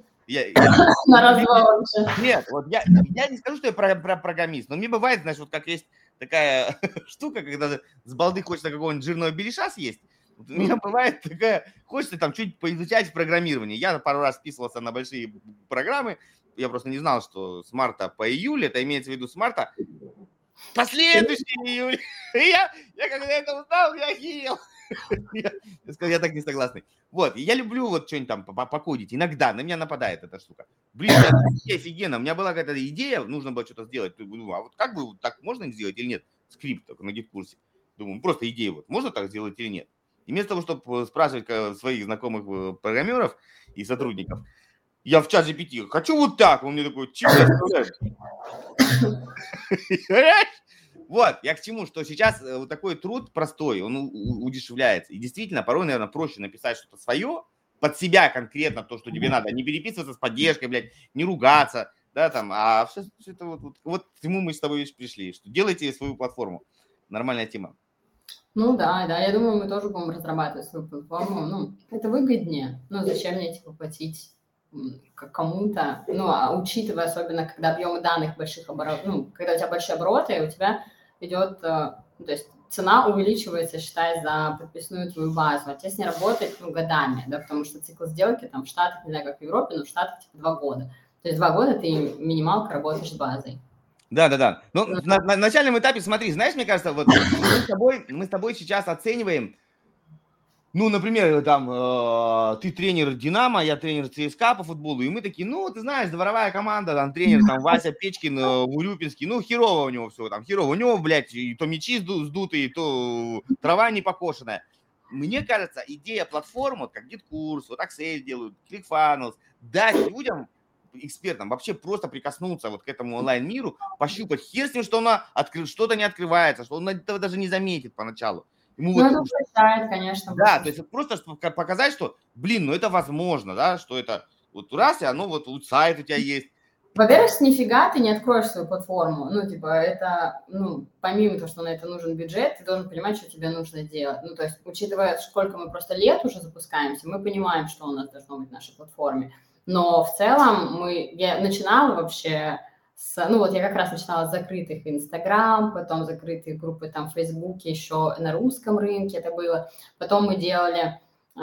на развалоче. Нет, вот я не скажу, что я программист, но мне бывает, знаешь, вот как есть такая штука, когда с балды хочется какого-нибудь жирного беляша съесть, Вот у меня бывает такая, хочется там чуть поизучать в программировании. Я пару раз списывался на большие программы, я просто не знал, что с марта по июль, это имеется в виду с марта по следующий июль. И я когда это узнал, я охерел. Я сказал, я так не согласный. Вот, и я люблю вот что-нибудь там покодить. Иногда на меня нападает эта штука. Блин, офигенно. У меня была какая-то идея, нужно было что-то сделать. Думаю, а вот как бы так можно сделать или нет? Скрипт только на гид-курсе. Думаю, просто идея вот, можно так сделать или нет? И вместо того, чтобы спрашивать своих знакомых программеров и сотрудников, я в чат GPT, хочу вот так. Он мне такой, чего оставляешь? Вот, я к чему, что сейчас вот такой труд простой, он удешевляется. И действительно, порой, наверное, проще написать что-то свое, под себя конкретно, то, что тебе надо, не переписываться с поддержкой, блядь, не ругаться, да, там, а все это вот к чему мы с тобой пришли, что делайте свою платформу. Нормальная тема. Ну да, я думаю, мы тоже будем разрабатывать свою платформу. Ну, это выгоднее. Ну, зачем мне, типа, платить кому-то, ну, а учитывая, особенно, когда объемы данных больших оборотов, ну, когда у тебя большие обороты, у тебя идет, ну, то есть цена увеличивается, считай, за подписную твою базу, а тебе с ней работать, ну, годами, да, потому что цикл сделки там в Штатах, не знаю, как в Европе, но в Штатах, типа, 2 года. То есть 2 года ты минималка работаешь с базой. Да. Ну, на начальном этапе, смотри, знаешь, мне кажется, вот мы с тобой сейчас оцениваем, ну, например, там, ты тренер Динамо, я тренер ЦСКА по футболу, и мы такие, ну, ты знаешь, дворовая команда, там, тренер, там, Вася Печкин, Урюпинский, ну, херово у него все, там, херово. У него, блядь, и то мячи сдутые, то трава не покошенная. Мне кажется, идея платформы, как GitKurs, вот Access делают, ClickFunnels, дать людям, экспертам, вообще просто прикоснуться вот к этому онлайн-миру, пощупать, хер с ним, что она что-то не открывается, что он этого даже не заметит поначалу. Ему ну, это упрощает, конечно. Да, то есть просто показать, что, блин, ну это возможно, да, что это вот раз, и оно вот сайт у тебя есть. Во-первых, нифига ты не откроешь свою платформу. Ну, типа, это, ну, помимо того, что на это нужен бюджет, ты должен понимать, что тебе нужно делать. Ну, то есть, учитывая, сколько мы просто лет уже запускаемся, мы понимаем, что у нас должно быть в нашей платформе. Но в целом я начинала вообще ну, вот я как раз начинала с закрытых Инстаграм, потом закрытые группы там в Фейсбуке, еще на русском рынке это было. Потом мы делали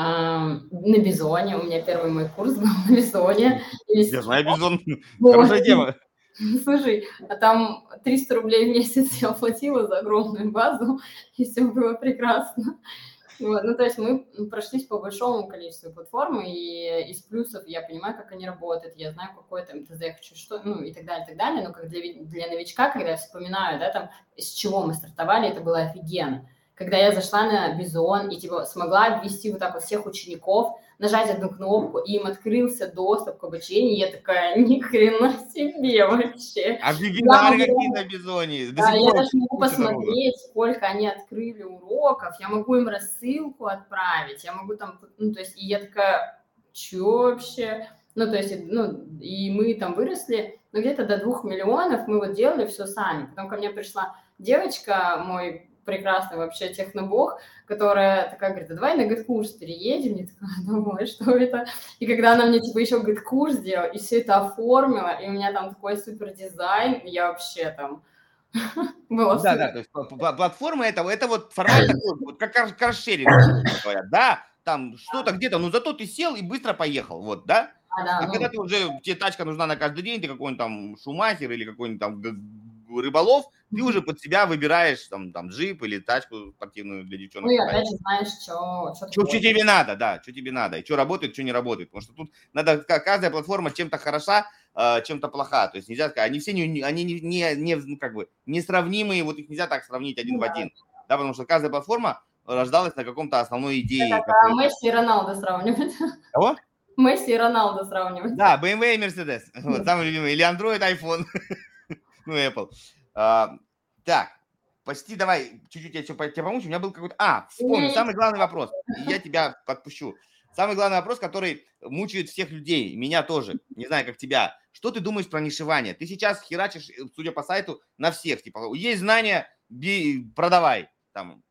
на Бизоне, у меня первый мой курс был на Бизоне. Я знаю Бизон, хорошая тема. Слушай, а там 300 рублей в месяц я оплатила за огромную базу, и все было прекрасно. Вот, ну, то есть мы прошлись по большому количеству платформ, и из плюсов я понимаю, как они работают, я знаю, какой там ТЗ я хочу, что, ну, и так далее, но как для новичка, когда я вспоминаю, да, там, с чего мы стартовали, это было офигенно. Когда я зашла на Бизон и, типа, смогла обвести вот так вот всех учеников, нажать одну кнопку, и им открылся доступ к обучению, я такая, ни хрена себе вообще. А вебинары какие на Бизоне? Да, я даже могу посмотреть, сколько они открыли уроков, я могу им рассылку отправить, я могу там, ну, то есть, и я такая, чё вообще? Ну, то есть, ну, и мы там выросли, ну, где-то до 2 миллионов, мы вот делали все сами. Потом ко мне пришла девочка, мой прекрасный вообще технобог, которая такая говорит, а давай на гид-курс переедем. Я такая, думаю, что это? И когда она мне типа еще гид-курс сделала, и все это оформила, и у меня там такой супер дизайн, я вообще там было супер. Да, то есть платформа это вот формат такой, вот как каршеринг, говорят, да, там что-то где-то, но зато ты сел и быстро поехал, вот, да? А когда ты уже, тебе тачка нужна на каждый день, ты какой-нибудь там Шумахер или какой-нибудь там рыболов, ты уже под себя выбираешь там джип или тачку спортивную для девчонок. Ну и опять же знаешь, что тебе надо, да, что тебе надо, и что работает, что не работает. Потому что тут надо, каждая платформа чем-то хороша, чем-то плоха. То есть нельзя сказать, они все не как бы несравнимые, вот их нельзя так сравнить один в один. Да, потому что каждая платформа рождалась на каком-то основной идее. Это Месси и Роналдо сравнивать. Кого? Месси и Роналдо сравнивать. Да, BMW и Mercedes. Вот, самый любимый. Или Android, iPhone. Ну, Apple. Так, почти давай, чуть-чуть я тебя помучу. У меня был какой-то... вспомнил, самый главный вопрос. Я тебя подпущу. Самый главный вопрос, который мучает всех людей, меня тоже, не знаю, как тебя. Что ты думаешь про нишевание? Ты сейчас херачишь, судя по сайту, на всех. Типа, есть знания, продавай. Там,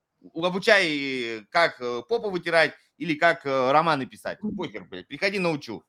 обучай, как попу вытирать или как романы писать. Похер, блядь, приходи, научу.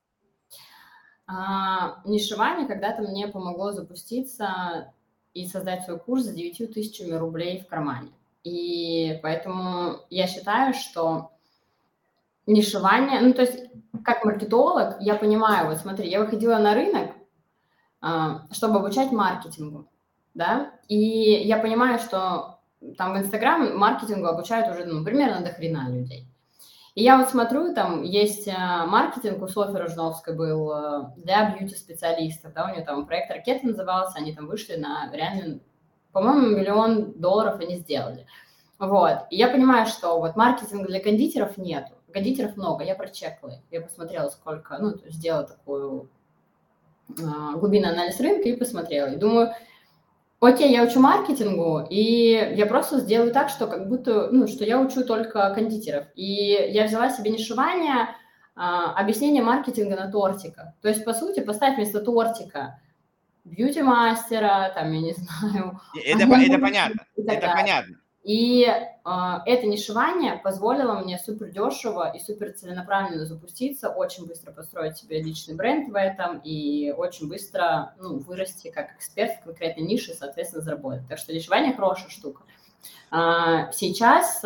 Нишевание когда-то мне помогло запуститься и создать свой курс с 9 тысячами рублей в кармане. И поэтому я считаю, что нишевание, ну, то есть как маркетолог я понимаю, вот смотри, я выходила на рынок, чтобы обучать маркетингу, да, и я понимаю, что там в Инстаграм маркетингу обучают уже, ну, примерно до хрена людей. И я вот смотрю, там есть маркетинг у Софьи Рожновской был для бьюти-специалистов, да, у нее там проект «Ракета» назывался, они там вышли на реально, по-моему, $1 миллион они сделали. Вот, и я понимаю, что вот маркетинга для кондитеров нету, кондитеров много, я прочекала, я посмотрела, сколько, ну, то есть сделала такую глубинный анализ рынка и посмотрела, и думаю, окей, я учу маркетингу, и я просто сделаю так, что как будто, ну, что я учу только кондитеров. И я взяла себе нишевание, объяснение маркетинга на тортиках. То есть, по сути, поставь вместо тортика бьюти-мастера, там, я не знаю. Это понятно, это понятно. И это нишевание позволило мне супер дешево и супер целенаправленно запуститься, очень быстро построить себе личный бренд в этом и очень быстро, ну, вырасти как эксперт в конкретной нише и, соответственно, заработать. Так что нишевание хорошая штука. Сейчас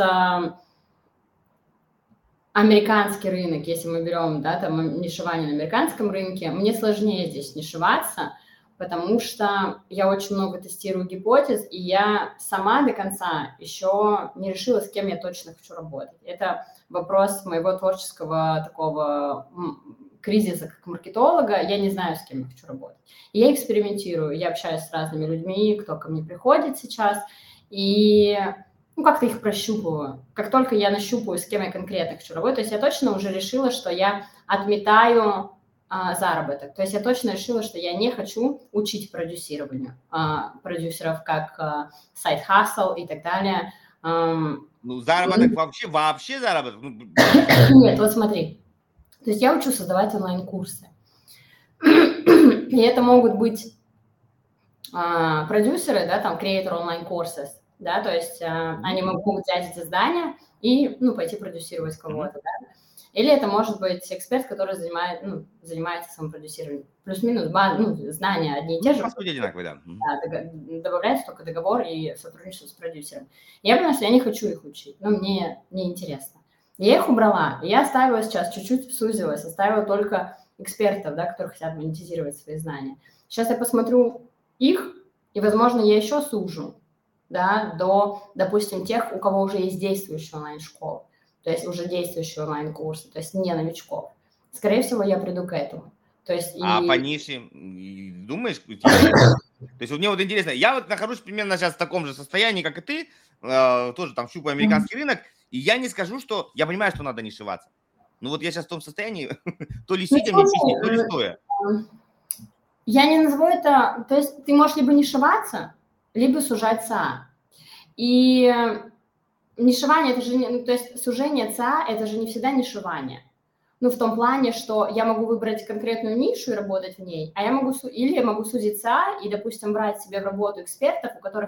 американский рынок, если мы берем, да, там нишевание на американском рынке, мне сложнее здесь нишеваться, потому что я очень много тестирую гипотез, и я сама до конца еще не решила, с кем я точно хочу работать. Это вопрос моего творческого такого кризиса как маркетолога. Я не знаю, с кем я хочу работать. И я экспериментирую, я общаюсь с разными людьми, кто ко мне приходит сейчас, и как-то их прощупываю. Как только я нащупаю, с кем я конкретно хочу работать, то есть я точно уже решила, что я отметаю заработок. То есть я точно решила, что я не хочу учить продюсированию продюсеров как сайт-хасл и так далее. Ну, заработок вообще заработок? Нет, вот смотри. То есть я учу создавать онлайн-курсы. И это могут быть продюсеры, да, там, creator online courses, да, то есть они могут взять эти здания и, ну, пойти продюсировать кого-то, да. Или это может быть эксперт, который занимается самопродюсированием. Плюс-минус, знания одни и те же. По сути, одинаковые, да. Да, добавляется только договор и сотрудничество с продюсером. Я поняла, что я не хочу их учить, но мне неинтересно. Я их убрала, и я оставила сейчас, чуть-чуть сузилась, оставила только экспертов, да, которые хотят монетизировать свои знания. Сейчас я посмотрю их, и, возможно, я еще сужу, да, до, допустим, тех, у кого уже есть действующая онлайн-школа. То есть уже действующие онлайн-курсы, то есть не новичков. Скорее всего, я приду к этому. То есть по нише думаешь? То есть мне вот интересно, я вот нахожусь примерно сейчас в таком же состоянии, как и ты, тоже там щупаю американский рынок, и я не скажу, что я понимаю, что надо нишеваться. Ну вот я сейчас в том состоянии, то ли сидя мне чистить, то ли стоя. Я не назову это, то есть ты можешь либо нишеваться, либо сужать ЦА. И нишевание, это же, то есть сужение ЦА, это же не всегда нишевание. Ну, в том плане, что я могу выбрать конкретную нишу и работать в ней, а я могу, или я могу сузить ЦА и, допустим, брать себе в работу экспертов, у которых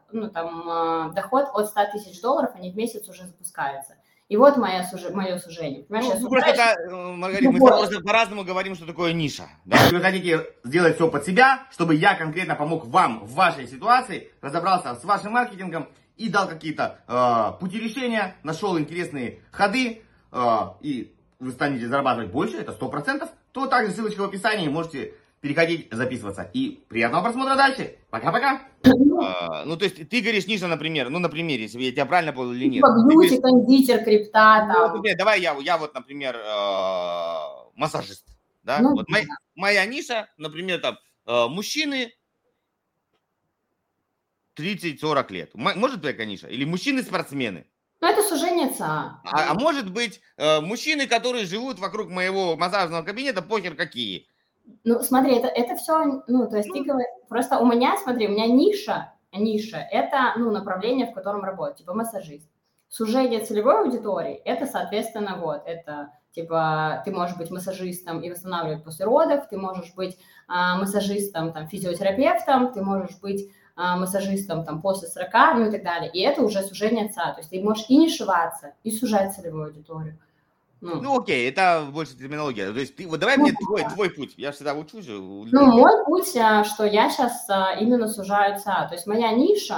доход от $100 000, они в месяц уже запускаются. И вот мое сужение. Маргарита, мы просто по-разному говорим, что такое ниша. Да? Если вы хотите сделать все под себя, чтобы я конкретно помог вам в вашей ситуации, разобрался с вашим маркетингом и дал какие-то пути решения, нашел интересные ходы, и вы станете зарабатывать больше, это 100%, то также ссылочка в описании, можете переходить, записываться. И приятного просмотра дальше. Пока-пока. Ну, то есть ты говоришь ниша, например, на примере, если я тебя правильно понял или нет. Бьюти, кондитер, крипта. Ну, например, давай я вот, например, массажист. Да? Ну, вот моя ниша, например, там, мужчины 30-40 лет. Может быть такая ниша? Или мужчины-спортсмены? Ну, это сужение ЦА. А может быть, мужчины, которые живут вокруг моего массажного кабинета, похер какие. Ну, смотри, это все, то есть ты говоришь, просто у меня ниша, это, направление, в котором работает, типа массажист. Сужение целевой аудитории, это, соответственно, это, типа, ты можешь быть массажистом и восстанавливать после родов, ты можешь быть массажистом, там, физиотерапевтом, ты можешь быть массажистом там после 40, и так далее. И это уже сужение ЦА. То есть ты можешь и нишеваться, и сужать целевую аудиторию. Ну, окей, это больше терминология. То есть вот давай мне твой путь. Я всегда учусь. Мой путь, что я сейчас именно сужаю ЦА. То есть моя ниша,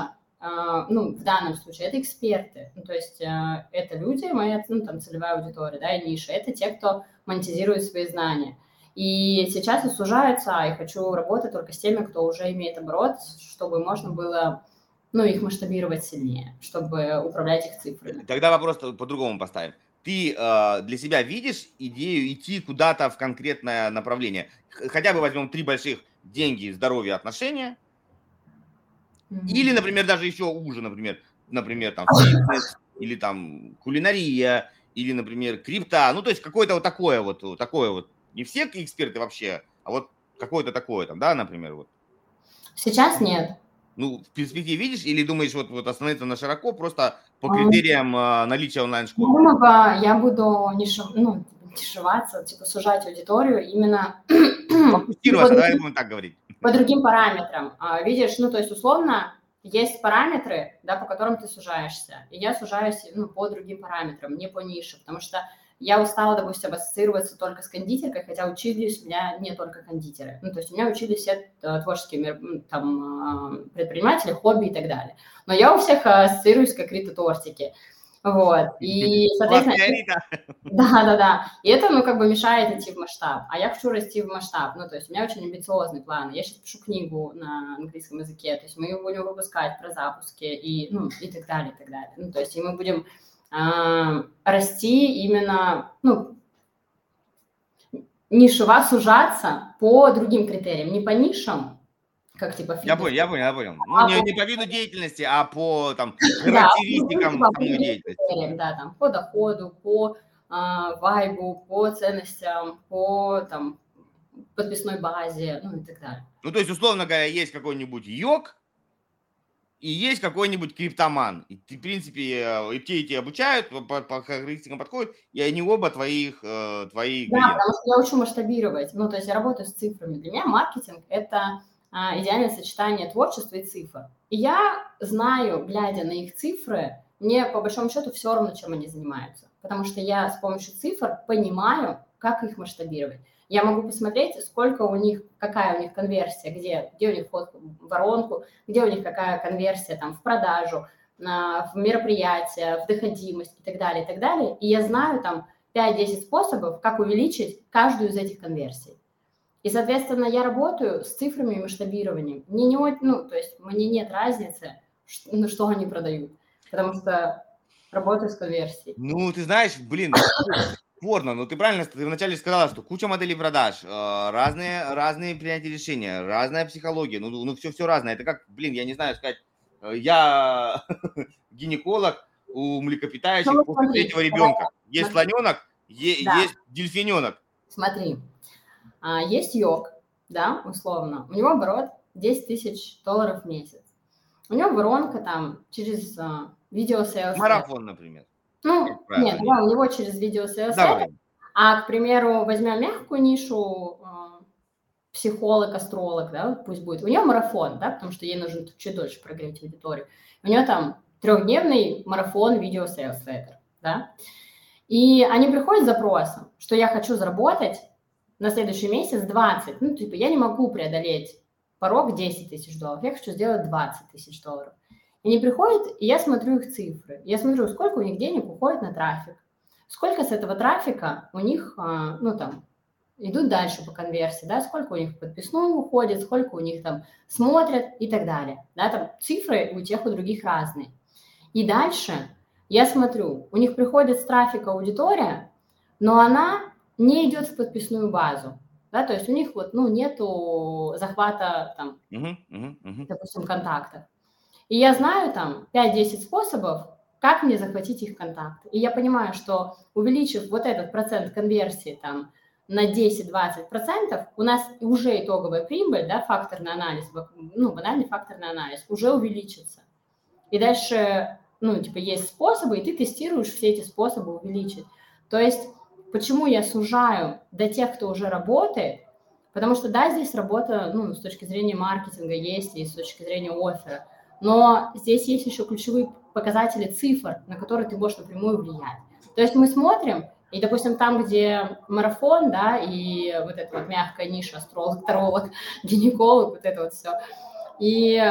ну, в данном случае, это эксперты. Ну, то есть это люди, моя, ну, там, целевая аудитория, да, и ниша. Это те, кто монетизирует свои знания. И сейчас я сужаются, и хочу работать только с теми, кто уже имеет оборот, чтобы можно было, ну, их масштабировать сильнее, чтобы управлять их цифрами. Тогда вопрос по-другому поставим. Ты для себя видишь идею идти куда-то в конкретное направление? Хотя бы возьмем 3 больших: деньги, здоровье, отношения. Или, например, даже еще уже, например, там фитнес, или там кулинария, или, например, крипта. Ну, то есть какое-то вот такое вот. Не все эксперты вообще, а вот какое-то такое там, да, например, вот. Сейчас нет. Ну, в перспективе видишь, или думаешь вот остановиться на широко просто по критериям наличия онлайн-школы? Думаю, я буду нишеваться, типа сужать аудиторию именно Фокусироваться, давай будем так говорить. по другим параметрам. Видишь, ну, то есть, условно, есть параметры, да, по которым ты сужаешься, и я сужаюсь, ну, по другим параметрам, не по нише, потому что я устала, допустим, ассоциироваться только с кондитеркой, хотя учились у меня не только кондитеры. Ну, то есть у меня учились все творческие там, предприниматели, хобби и так далее. Но я у всех ассоциируюсь как Рита Тортики. Вот. И, соответственно... Да. И это, ну, как бы мешает идти в масштаб. А я хочу расти в масштаб. Ну, то есть у меня очень амбициозный план. Я сейчас пишу книгу на английском языке. То есть мы ее будем выпускать про запуски и, ну, и так далее, и так далее. Ну, то есть и мы будем расти именно, ну, нишево сужаться по другим критериям, не по нишам, как типа фитнес. Я понял. Ну, не по виду деятельности, а по там характеристикам самой деятельности. Да, там, по доходу, по вайбу, по ценностям, по там подписной базе, ну и так далее. Ну, то есть, условно говоря, есть какой-нибудь йог, и есть какой-нибудь криптоман. И ты, в принципе, и те обучают, по характеристикам подходят, и они оба твои Да, клиенты. потому что я учу масштабировать. Ну, то есть я работаю с цифрами. Для меня маркетинг – это идеальное сочетание творчества и цифр. И я знаю, глядя на их цифры, мне по большому счету все равно, чем они занимаются. Потому что я с помощью цифр понимаю, как их масштабировать. Я могу посмотреть, сколько у них, какая у них конверсия, где у них вход в воронку, где у них какая конверсия там, в продажу, в мероприятия, в доходимость и так далее, и так далее. И я знаю там 5-10 способов, как увеличить каждую из этих конверсий. И, соответственно, я работаю с цифрами и масштабированием. Мне не, ну, то есть мне нет разницы, что они продают, потому что работаю с конверсией. Ну, ты знаешь, блин, спорно, но ты правильно, ты вначале сказала, что куча моделей продаж, разные принятия решения, разная психология, ну все разное. Это как, блин, я не знаю сказать, я гинеколог у млекопитающих после 3-го ребенка. Есть слоненок, есть дельфиненок. Смотри, есть йог, да, условно, у него оборот $10 тысяч в месяц. У него воронка там через видео-сейлс. Марафон, например. Ну, нет, да, у него через видео-сейлс. А, к примеру, возьмем мягкую нишу, психолог, астролог, да, пусть будет. У нее марафон, да, потому что ей нужно чуть дольше прогреть аудиторию. У нее там 3-дневный марафон видео-сейлс леттер, да. И они приходят с запросом, что я хочу заработать на следующий месяц 20. Ну, типа, я не могу преодолеть порог $10 тысяч, я хочу сделать $20 тысяч. И они приходят, и я смотрю их цифры. Я смотрю, сколько у них денег уходит на трафик, сколько с этого трафика у них, ну, там, идут дальше по конверсии, да, сколько у них в подписную уходит, сколько у них там смотрят и так далее. Да, там цифры у тех, у других разные. И дальше я смотрю, у них приходит с трафика аудитория, но она не идет в подписную базу. Да, то есть у них вот, ну, нету захвата там, допустим, контактов. И я знаю там 5-10 способов, как мне захватить их контакты. И я понимаю, что увеличив вот этот процент конверсии там на 10-20%, у нас уже итоговая прибыль, да, факторный анализ, ну, банальный факторный анализ уже увеличится. И дальше, ну, типа, есть способы, и ты тестируешь все эти способы увеличить. То есть, почему я сужаю до тех, кто уже работает? Потому что, да, здесь работа, ну, с точки зрения маркетинга есть, и с точки зрения оффера, но здесь есть еще ключевые показатели цифр, на которые ты можешь напрямую влиять. То есть мы смотрим, и, допустим, там, где марафон, да, и вот эта вот мягкая ниша, астролог, таролог, гинеколог, вот это вот все, и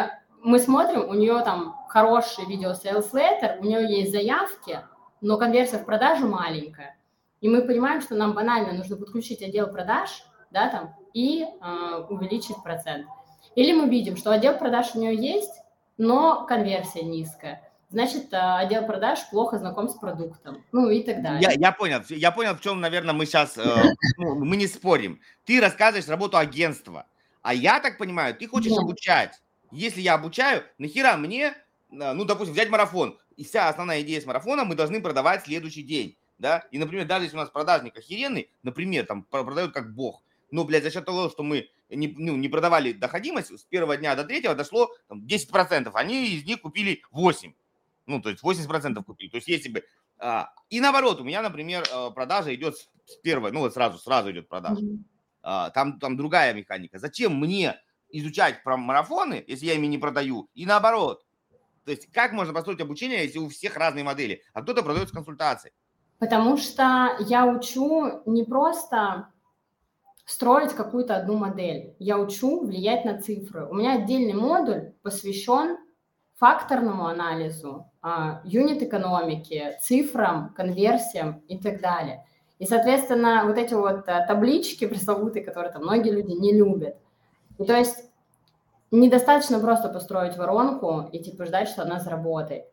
мы смотрим, у нее там хороший видео sales letter, у нее есть заявки, но конверсия в продажу маленькая. И мы понимаем, что нам банально нужно подключить отдел продаж, да, там, и увеличить процент. Или мы видим, что отдел продаж у нее есть, но конверсия низкая. Значит, отдел продаж плохо знаком с продуктом, ну и так далее. Я понял, в чем, наверное, мы сейчас, мы не спорим. Ты рассказываешь работу агентства, а я так понимаю, ты хочешь обучать. Если я обучаю, нахера мне, ну, допустим, взять марафон, и вся основная идея с марафона, мы должны продавать следующий день, да, и, например, даже если у нас продажник охеренный, например, там, продает как бог, но, блядь, за счет того, что мы не продавали доходимость, с первого дня до третьего дошло там, 10%, они из них купили 8%. Ну, то есть 80% купили. То есть если бы... И наоборот, у меня, например, продажа идет с первой, ну, вот сразу идет продажа. Там другая механика. Зачем мне изучать про марафоны, если я ими не продаю? И наоборот. То есть как можно построить обучение, если у всех разные модели, а кто-то продает с консультацией? Потому что я учу не просто строить какую-то одну модель. Я учу влиять на цифры. У меня отдельный модуль посвящен факторному анализу, юнит-экономике, цифрам, конверсиям и так далее. И, соответственно, вот эти вот таблички пресловутые, которые там многие люди не любят. И то есть недостаточно просто построить воронку и типа ждать, что она заработает.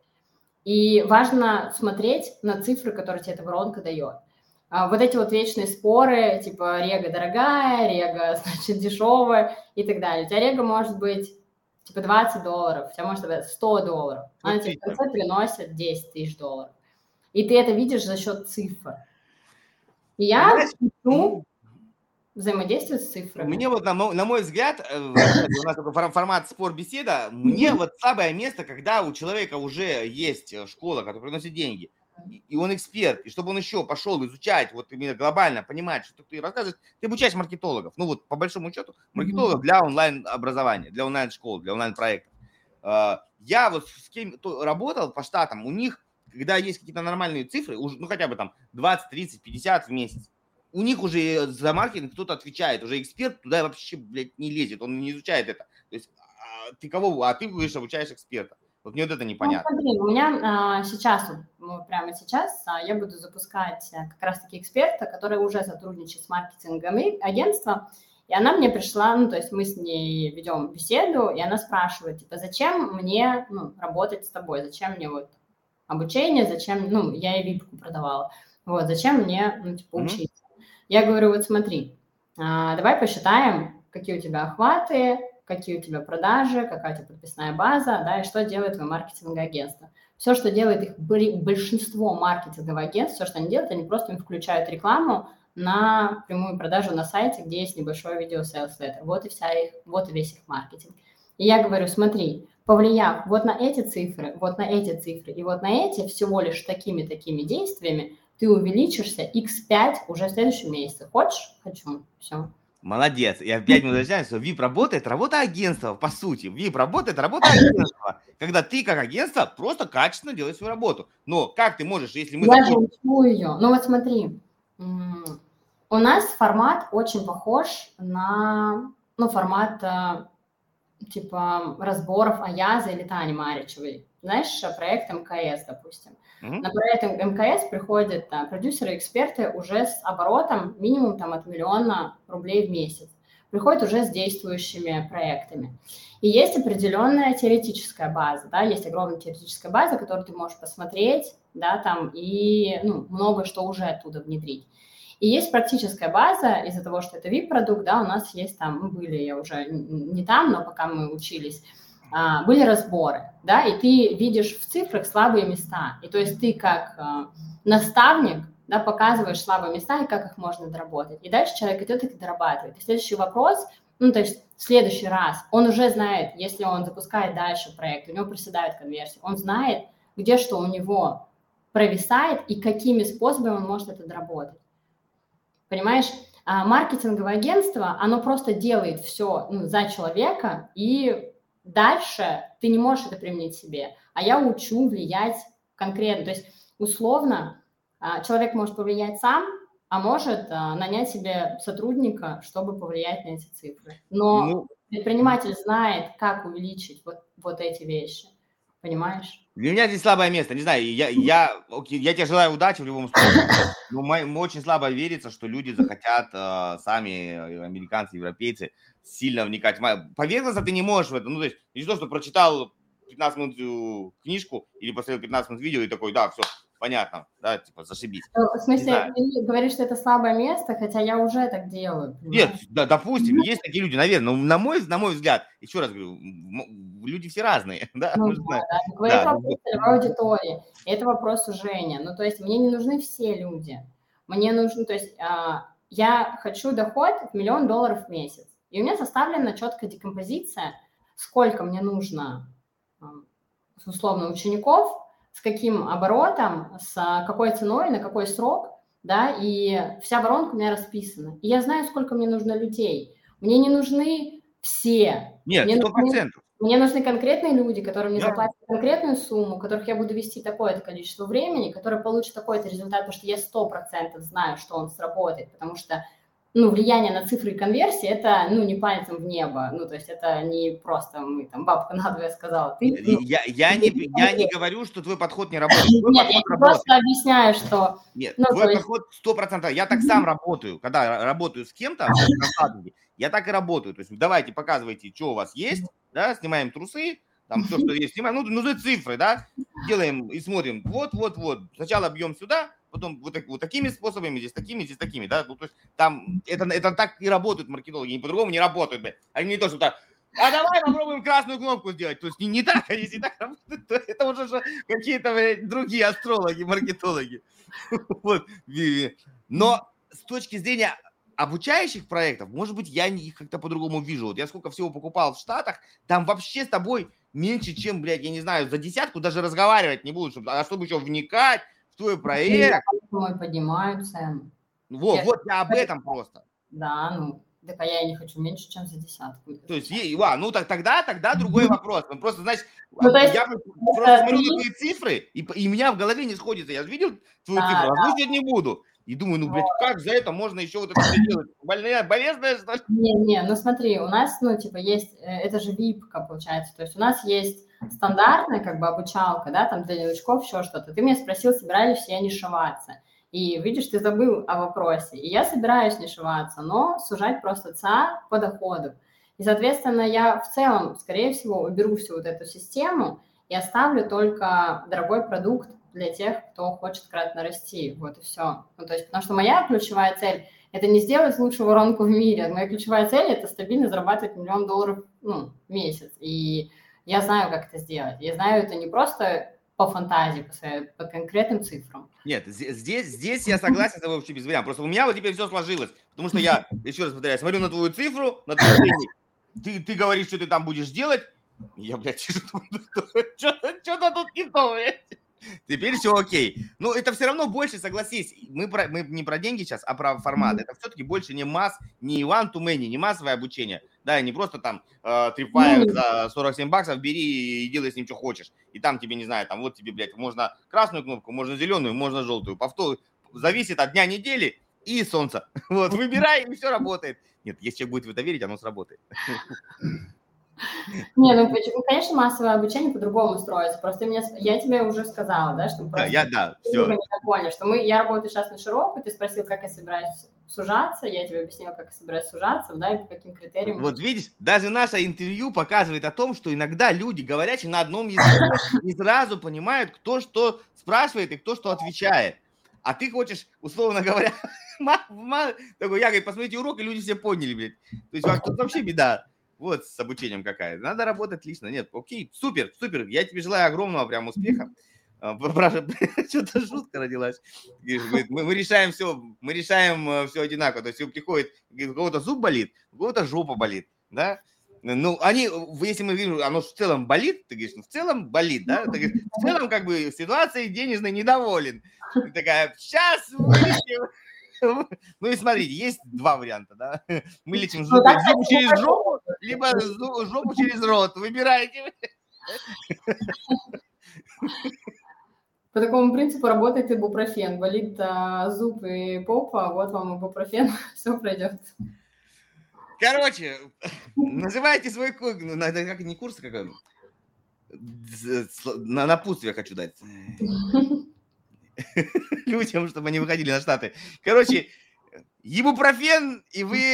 И важно смотреть на цифры, которые тебе эта воронка дает. Вот эти вот вечные споры, типа рега дорогая, рега, значит, дешевая и так далее. У тебя рега может быть типа $20, у тебя может быть $100. Она тебе в конце приносит $10 000. И ты это видишь за счет цифр. И я учу взаимодействовать с цифрами. Мне вот, на мой взгляд, у нас такой формат спор-беседа, мне вот слабое место, когда у человека уже есть школа, которая приносит деньги, и он эксперт, и чтобы он еще пошел изучать, вот именно глобально понимать, что ты рассказываешь, ты обучаешь маркетологов, ну вот по большому счету маркетологов для онлайн-образования, для онлайн-школ, для онлайн-проектов. Я вот с кем-то работал по штатам, у них, когда есть какие-то нормальные цифры, ну хотя бы там 20, 30, 50 в месяц, у них уже за маркетинг кто-то отвечает, уже эксперт туда вообще, блядь, не лезет, он не изучает это. То есть ты кого, ты будешь обучаешь эксперта. Вот мне вот это непонятно. Ну, смотри, у меня сейчас, прямо сейчас я буду запускать как раз-таки эксперта, который уже сотрудничает с маркетингом и агентством, и она мне пришла, ну, то есть мы с ней ведем беседу, и она спрашивает, типа, зачем мне, работать с тобой, зачем мне вот обучение, зачем, я ей випку продавала, вот, зачем мне, учиться. Я говорю, вот смотри, давай посчитаем, какие у тебя охваты, какие у тебя продажи, какая у тебя подписная база, да, и что делает твое маркетинговое агентство. Все, что делает их большинство маркетинговых агентств, все, что они делают, они просто включают рекламу на прямую продажу на сайте, где есть небольшое видео sales letter. Вот и весь их маркетинг. И я говорю, смотри, повлияв вот на эти цифры, вот на эти цифры и вот на эти, всего лишь такими действиями, ты увеличишься x5 уже в следующем месяце. Хочешь? Хочу. Все. Молодец. И опять мы возвращаемся, что VIP работает, работа агентства, по сути. VIP работает, работа агентства. Когда ты, как агентство, просто качественно делаешь свою работу. Но как ты можешь, если мы... Я же учу ее. Ну вот смотри, у нас формат очень похож на, формат типа разборов Аяза или Тани Маричевой. Знаешь, проект МКС, допустим. На проект МКС приходят продюсеры, эксперты уже с оборотом минимум там от $1 000 000 рублей в месяц. Приходят уже с действующими проектами. И есть определенная теоретическая база, да, есть огромная теоретическая база, которую ты можешь посмотреть, да, там, и, много что уже оттуда внедрить. И есть практическая база, из-за того, что это VIP-продукт, да, у нас есть там, были, я уже не там, но пока мы учились, были разборы, да, и ты видишь в цифрах слабые места. И то есть ты как наставник, да, показываешь слабые места и как их можно доработать. И дальше человек идет и их дорабатывает. И следующий вопрос, то есть в следующий раз он уже знает, если он запускает дальше проект, у него проседает конверсия, он знает, где что у него провисает и какими способами он может это доработать. Понимаешь, маркетинговое агентство, оно просто делает все за человека, и дальше ты не можешь это применить себе. А я учу влиять конкретно. То есть, условно, человек может повлиять сам, а может нанять себе сотрудника, чтобы повлиять на эти цифры. Но предприниматель знает, как увеличить вот эти вещи, понимаешь? Для меня здесь слабое место, не знаю, окей, я тебе желаю удачи в любом случае, но очень слабо верится, что люди захотят сами, американцы, европейцы, сильно вникать. Поверхностно ты не можешь в это, ну, то есть, не то, что прочитал 15 минут книжку или посмотрел 15 минут видео и такой, да, все, понятно, да, типа, зашибись. В Не смысле, знаю. ты говоришь, что это слабое место, хотя я уже так делаю, Нет, понимаешь? да, допустим, есть такие люди, наверное, но на мой взгляд, еще раз говорю, люди все разные, да, Ну мы да, знаем, да. да, Это вопрос целевой аудитории, это вопрос сужения. Ну, то есть мне не нужны все люди. Мне нужно, то есть я хочу доход в $1 миллион в месяц. И у меня составлена четкая декомпозиция, сколько мне нужно, условно, учеников, с каким оборотом, с какой ценой, на какой срок, да, и вся воронка у меня расписана. И я знаю, сколько мне нужно людей. Мне не нужны все. нет, 100%. Мне нужны конкретные люди, которые мне Да. заплатят конкретную сумму, которых я буду вести такое-то количество времени, которые получат такой-то результат, потому что я 100% знаю, что он сработает, потому что, ну, влияние на цифры и конверсии – это, ну, не пальцем в небо, ну, то есть это не просто мы, там, бабка надвое сказала. Я не говорю, что твой подход не работает. Твой Нет, я подход тебе работает. просто объясняю, что… Нет, Ну, то твой есть… подход 100%. Я так сам работаю. Когда работаю с кем-то в консалтинге, я так и работаю. То есть давайте, показывайте, что у вас есть, да, снимаем трусы, там все, что есть, снимаем. Ну, нужны цифры, да, делаем и смотрим. Вот. Сначала бьем сюда, потом вот такими способами, здесь такими, да. Ну, то есть там это так и работают маркетологи, по-другому не работают, блядь. Они не то, что так, а давай попробуем красную кнопку сделать. То есть не так, а если так работает, то это уже какие-то, блядь, другие астрологи, маркетологи. Вот. Но с точки зрения обучающих проектов, может быть, я их как-то по-другому вижу. Вот я сколько всего покупал в Штатах, там вообще с тобой меньше, чем, блядь, я не знаю, за десятку даже разговаривать не будут, чтобы еще вникать в твой проект. Я поднимаю цену. Вот я об этом просто. Да, ну, так а я и не хочу меньше, чем за десятку. То есть, ну тогда другой вопрос. Ну, просто, значит, Ну, то есть, я просто смотрю на твои цифры, и у меня в голове не сходится. Я видел твою цифру, озвучивать не буду. И думаю, ну, блядь, как за это можно еще вот это все делать? Болезная, что ли? Не, ну смотри, у нас, ну, типа, есть, это же VIP-ка, получается, то есть у нас есть стандартная, как бы, обучалка, да, там для новичков еще что-то. Ты меня спросил, собираюсь ли я нишеваться. И видишь, ты забыл о вопросе. И я собираюсь нишеваться, но сужать просто ЦА по доходу. И, соответственно, я в целом, скорее всего, уберу всю вот эту систему и оставлю только дорогой продукт для тех, кто хочет кратно расти. Вот и все. Ну, то есть, потому что моя ключевая цель – это не сделать лучшую воронку в мире. Моя ключевая цель – это стабильно зарабатывать $1 миллион в месяц. И я знаю, как это сделать. Я знаю это не просто по фантазии, по конкретным цифрам. Нет, здесь я согласен с тобой вообще без вариантов. Просто у меня вот теперь все сложилось. Потому что я, еще раз повторяю, смотрю на твою цифру, на твой ценник. Ты говоришь, что ты там будешь делать. Я, блядь, что-то тут не то, блядь. Теперь все окей. Но это все равно больше, согласись, мы не про деньги сейчас, а про формат. Это все-таки больше не не one to many, не массовое обучение. Да, не просто там трипфайл за $47 бери и делай с ним, что хочешь. И там тебе, не знаю, там вот тебе, блядь, можно красную кнопку, можно зеленую, можно желтую. Повтор зависит от дня недели и солнца. Вот, выбирай, и все работает. Нет, если человек будет в это верить, оно сработает. Не, ну, конечно, массовое обучение по-другому строится. Просто я тебе уже сказала, да, что просто Да, ты все. не понял, что я работаю сейчас на широкую, ты спросил, как я собираюсь сужаться, я тебе объяснила, как я собираюсь сужаться, да, и по каким критериям. Вот видишь, даже наше интервью показывает о том, что иногда люди, говорящие на одном языке, не сразу понимают, кто что спрашивает и кто что отвечает. А ты хочешь, условно говоря, такой, я говорю, посмотрите урок, и люди все поняли, блядь. То есть тут вообще беда. Вот с обучением какая. Надо работать лично. Нет, окей, супер. Я тебе желаю огромного прям успеха. Что-то шутка родилась. Мы решаем все одинаково. То есть приходит, у кого-то зуб болит, у кого-то жопа болит, да? Ну, если мы видим, оно в целом болит, ты говоришь, в целом болит, да? Ты говоришь, в целом как бы ситуацией денежной недоволен. Ты такая, сейчас вылечим. Ну и смотрите, есть два варианта, да? Мы лечим зубы через жопу, либо жопу через рот. Выбирайте. По такому принципу работает ибупрофен. Болит зуб и попа, вот вам ибупрофен, все пройдет. Короче, называйте свой курс, как не курс, как он, на напутствие хочу дать людям, чтобы они выходили на Штаты. Короче, ибупрофен, и вы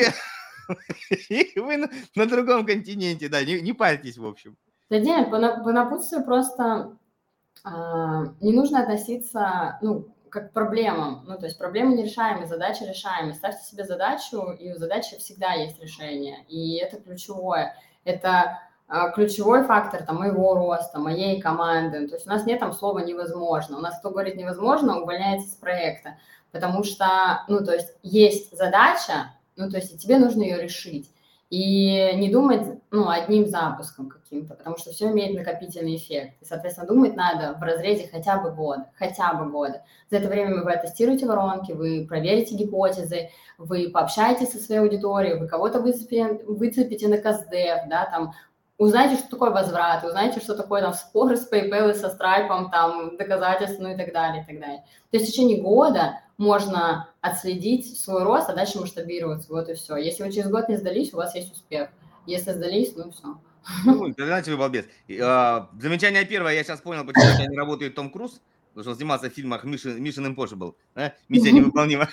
на другом континенте, да, не парьтесь, в общем. Да нет, по напутствию просто не нужно относиться, ну, как к проблемам. Ну, то есть проблемы нерешаемые, задачи решаемые. Ставьте себе задачу, и у задачи всегда есть решение. И это ключевое. Это ключевой фактор там, моего роста, моей команды. То есть у нас нет там слова «невозможно». У нас кто говорит «невозможно», увольняется с проекта. Потому что, ну, то есть задача, ну, то есть и тебе нужно ее решить. И не думать, ну, одним запуском каким-то, потому что все имеет накопительный эффект. И, соответственно, думать надо в разрезе хотя бы года. За это время вы оттестируете воронки, вы проверите гипотезы, вы пообщаетесь со своей аудиторией, вы кого-то выцепите на КСДФ, да, там, узнаете, что такое возврат, узнаете, что такое там споры с PayPal и со Stripe, там, доказательства, ну и так далее, и так далее. То есть в течение года можно отследить свой рост, а дальше масштабироваться, вот и все. Если вы через год не сдались, у вас есть успех. Если сдались, ну все. Ну, знаете, вы балбес. Замечание первое, я сейчас понял, почему у тебя не работает Том Круз, потому что он снимался в фильмах Mission Impossible, миссия невыполнима.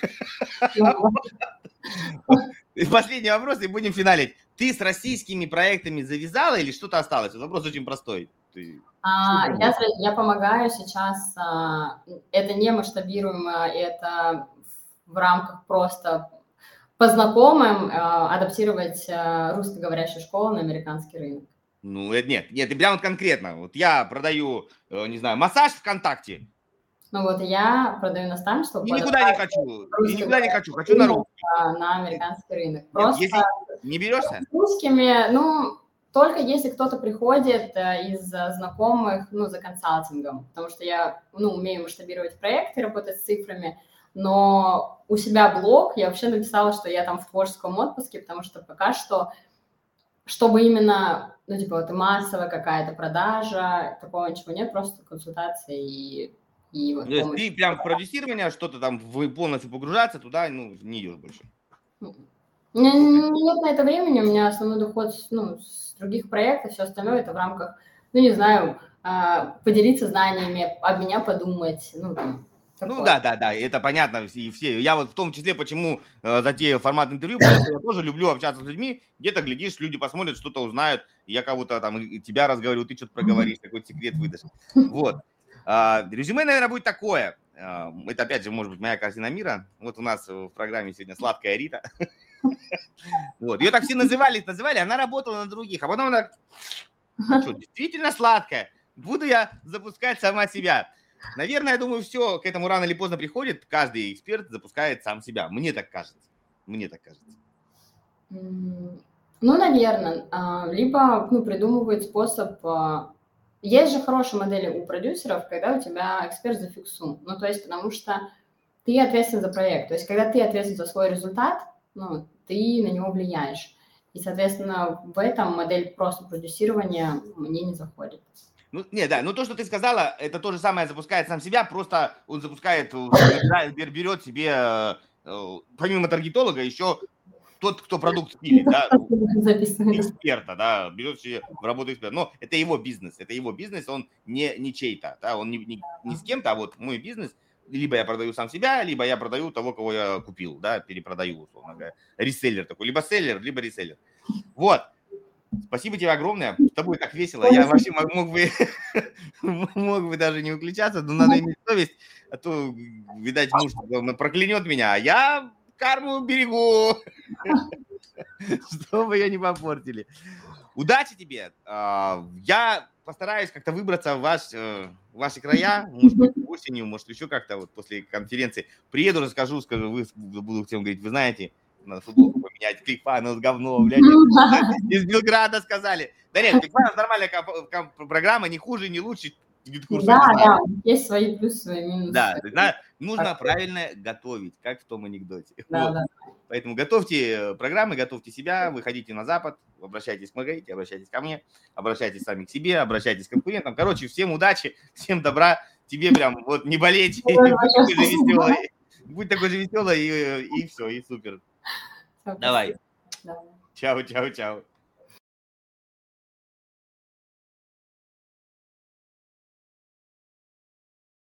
И последний вопрос, и будем финалить. Ты с российскими проектами завязала или что-то осталось? Вопрос очень простой. Я помогаю сейчас, это не масштабируемо, это в рамках просто по знакомым адаптировать русскоговорящую школу на американский рынок. Ну, нет, и прям вот конкретно. Вот я продаю, не знаю, массаж ВКонтакте. Ну вот я продаю наставничество. И никуда не хочу, хочу на русский. На американский рынок. Просто если не берешься? С русскими, ну, только если кто-то приходит из знакомых, ну, за консалтингом, потому что я, ну, умею масштабировать проекты, работать с цифрами, но у себя блог я вообще написала, что я там в творческом отпуске, потому что пока что, чтобы именно, ну, типа, вот массовая какая-то продажа, такого ничего нет, просто консультации и вот помощь. Ты прям в продюсирование, что-то там полностью погружаться туда, ну, не идешь больше? У меня нет на это времени, у меня основной доход, ну, с других проектов, все остальное это в рамках, ну, не знаю, поделиться знаниями, об меня подумать, ну, там. Ну да, это понятно, и все. Я вот в том числе, почему затеял формат интервью, потому что я тоже люблю общаться с людьми, где-то, глядишь, люди посмотрят, что-то узнают, я кого-то там, тебя разговариваю, ты что-то проговоришь, какой-то секрет выдашь. Вот. Резюме, наверное, будет такое. Это, опять же, может быть, моя картина мира. Вот у нас в программе сегодня сладкая Рита. Вот. Ее так все называли, она работала на других, а потом она, что, действительно сладкая, буду я запускать сама себя. Наверное, я думаю, все к этому рано или поздно приходит, каждый эксперт запускает сам себя, мне так кажется. Ну, наверное, либо, ну, придумывает способ. Есть же хорошие модели у продюсеров, когда у тебя эксперт за фиксу, ну, то есть потому что ты ответственен за проект, то есть когда ты ответственен за свой результат, ну, ты на него влияешь. И, соответственно, в этом модель просто продюсирования мне не заходит. Ну, не, да, ну то, что ты сказала, это то же самое запускает сам себя, просто он запускает, берет себе, помимо таргетолога, еще тот, кто продукт пилит, да, эксперта, да, берет себе в работу эксперта. Но это его бизнес, он не чей-то, да, он не с кем-то, а вот мой бизнес, либо я продаю сам себя, либо я продаю того, кого я купил, да, перепродаю, условно говоря. Реселлер такой, либо селлер, либо реселлер. Вот. Спасибо тебе огромное. С тобой так весело. Я вообще мог бы даже не выключаться, но надо иметь совесть, а то, видать, муж проклянет меня, а я карму берегу, чтобы ее не попортили. Удачи тебе. Я постараюсь как-то выбраться в ваши края, может быть, осенью, может, еще как-то вот после конференции. Приеду, расскажу, скажу, буду всем говорить, вы знаете, надо футболку поменять, кликфанус, говно, блядь, из Белграда сказали. Да нет, кликфанус нормальная программа, не хуже, не лучше. Да, есть свои плюсы, свои минусы. Да, нужно правильно готовить, как в том анекдоте. Да. Поэтому готовьте программы, готовьте себя, выходите на Запад, обращайтесь к Маргарите, обращайтесь ко мне, обращайтесь сами к себе, обращайтесь к конкурентам. Короче, всем удачи, всем добра, тебе прям вот не болеть, будь такой же веселый, и все, и супер. Давай. Чао, чао, чао.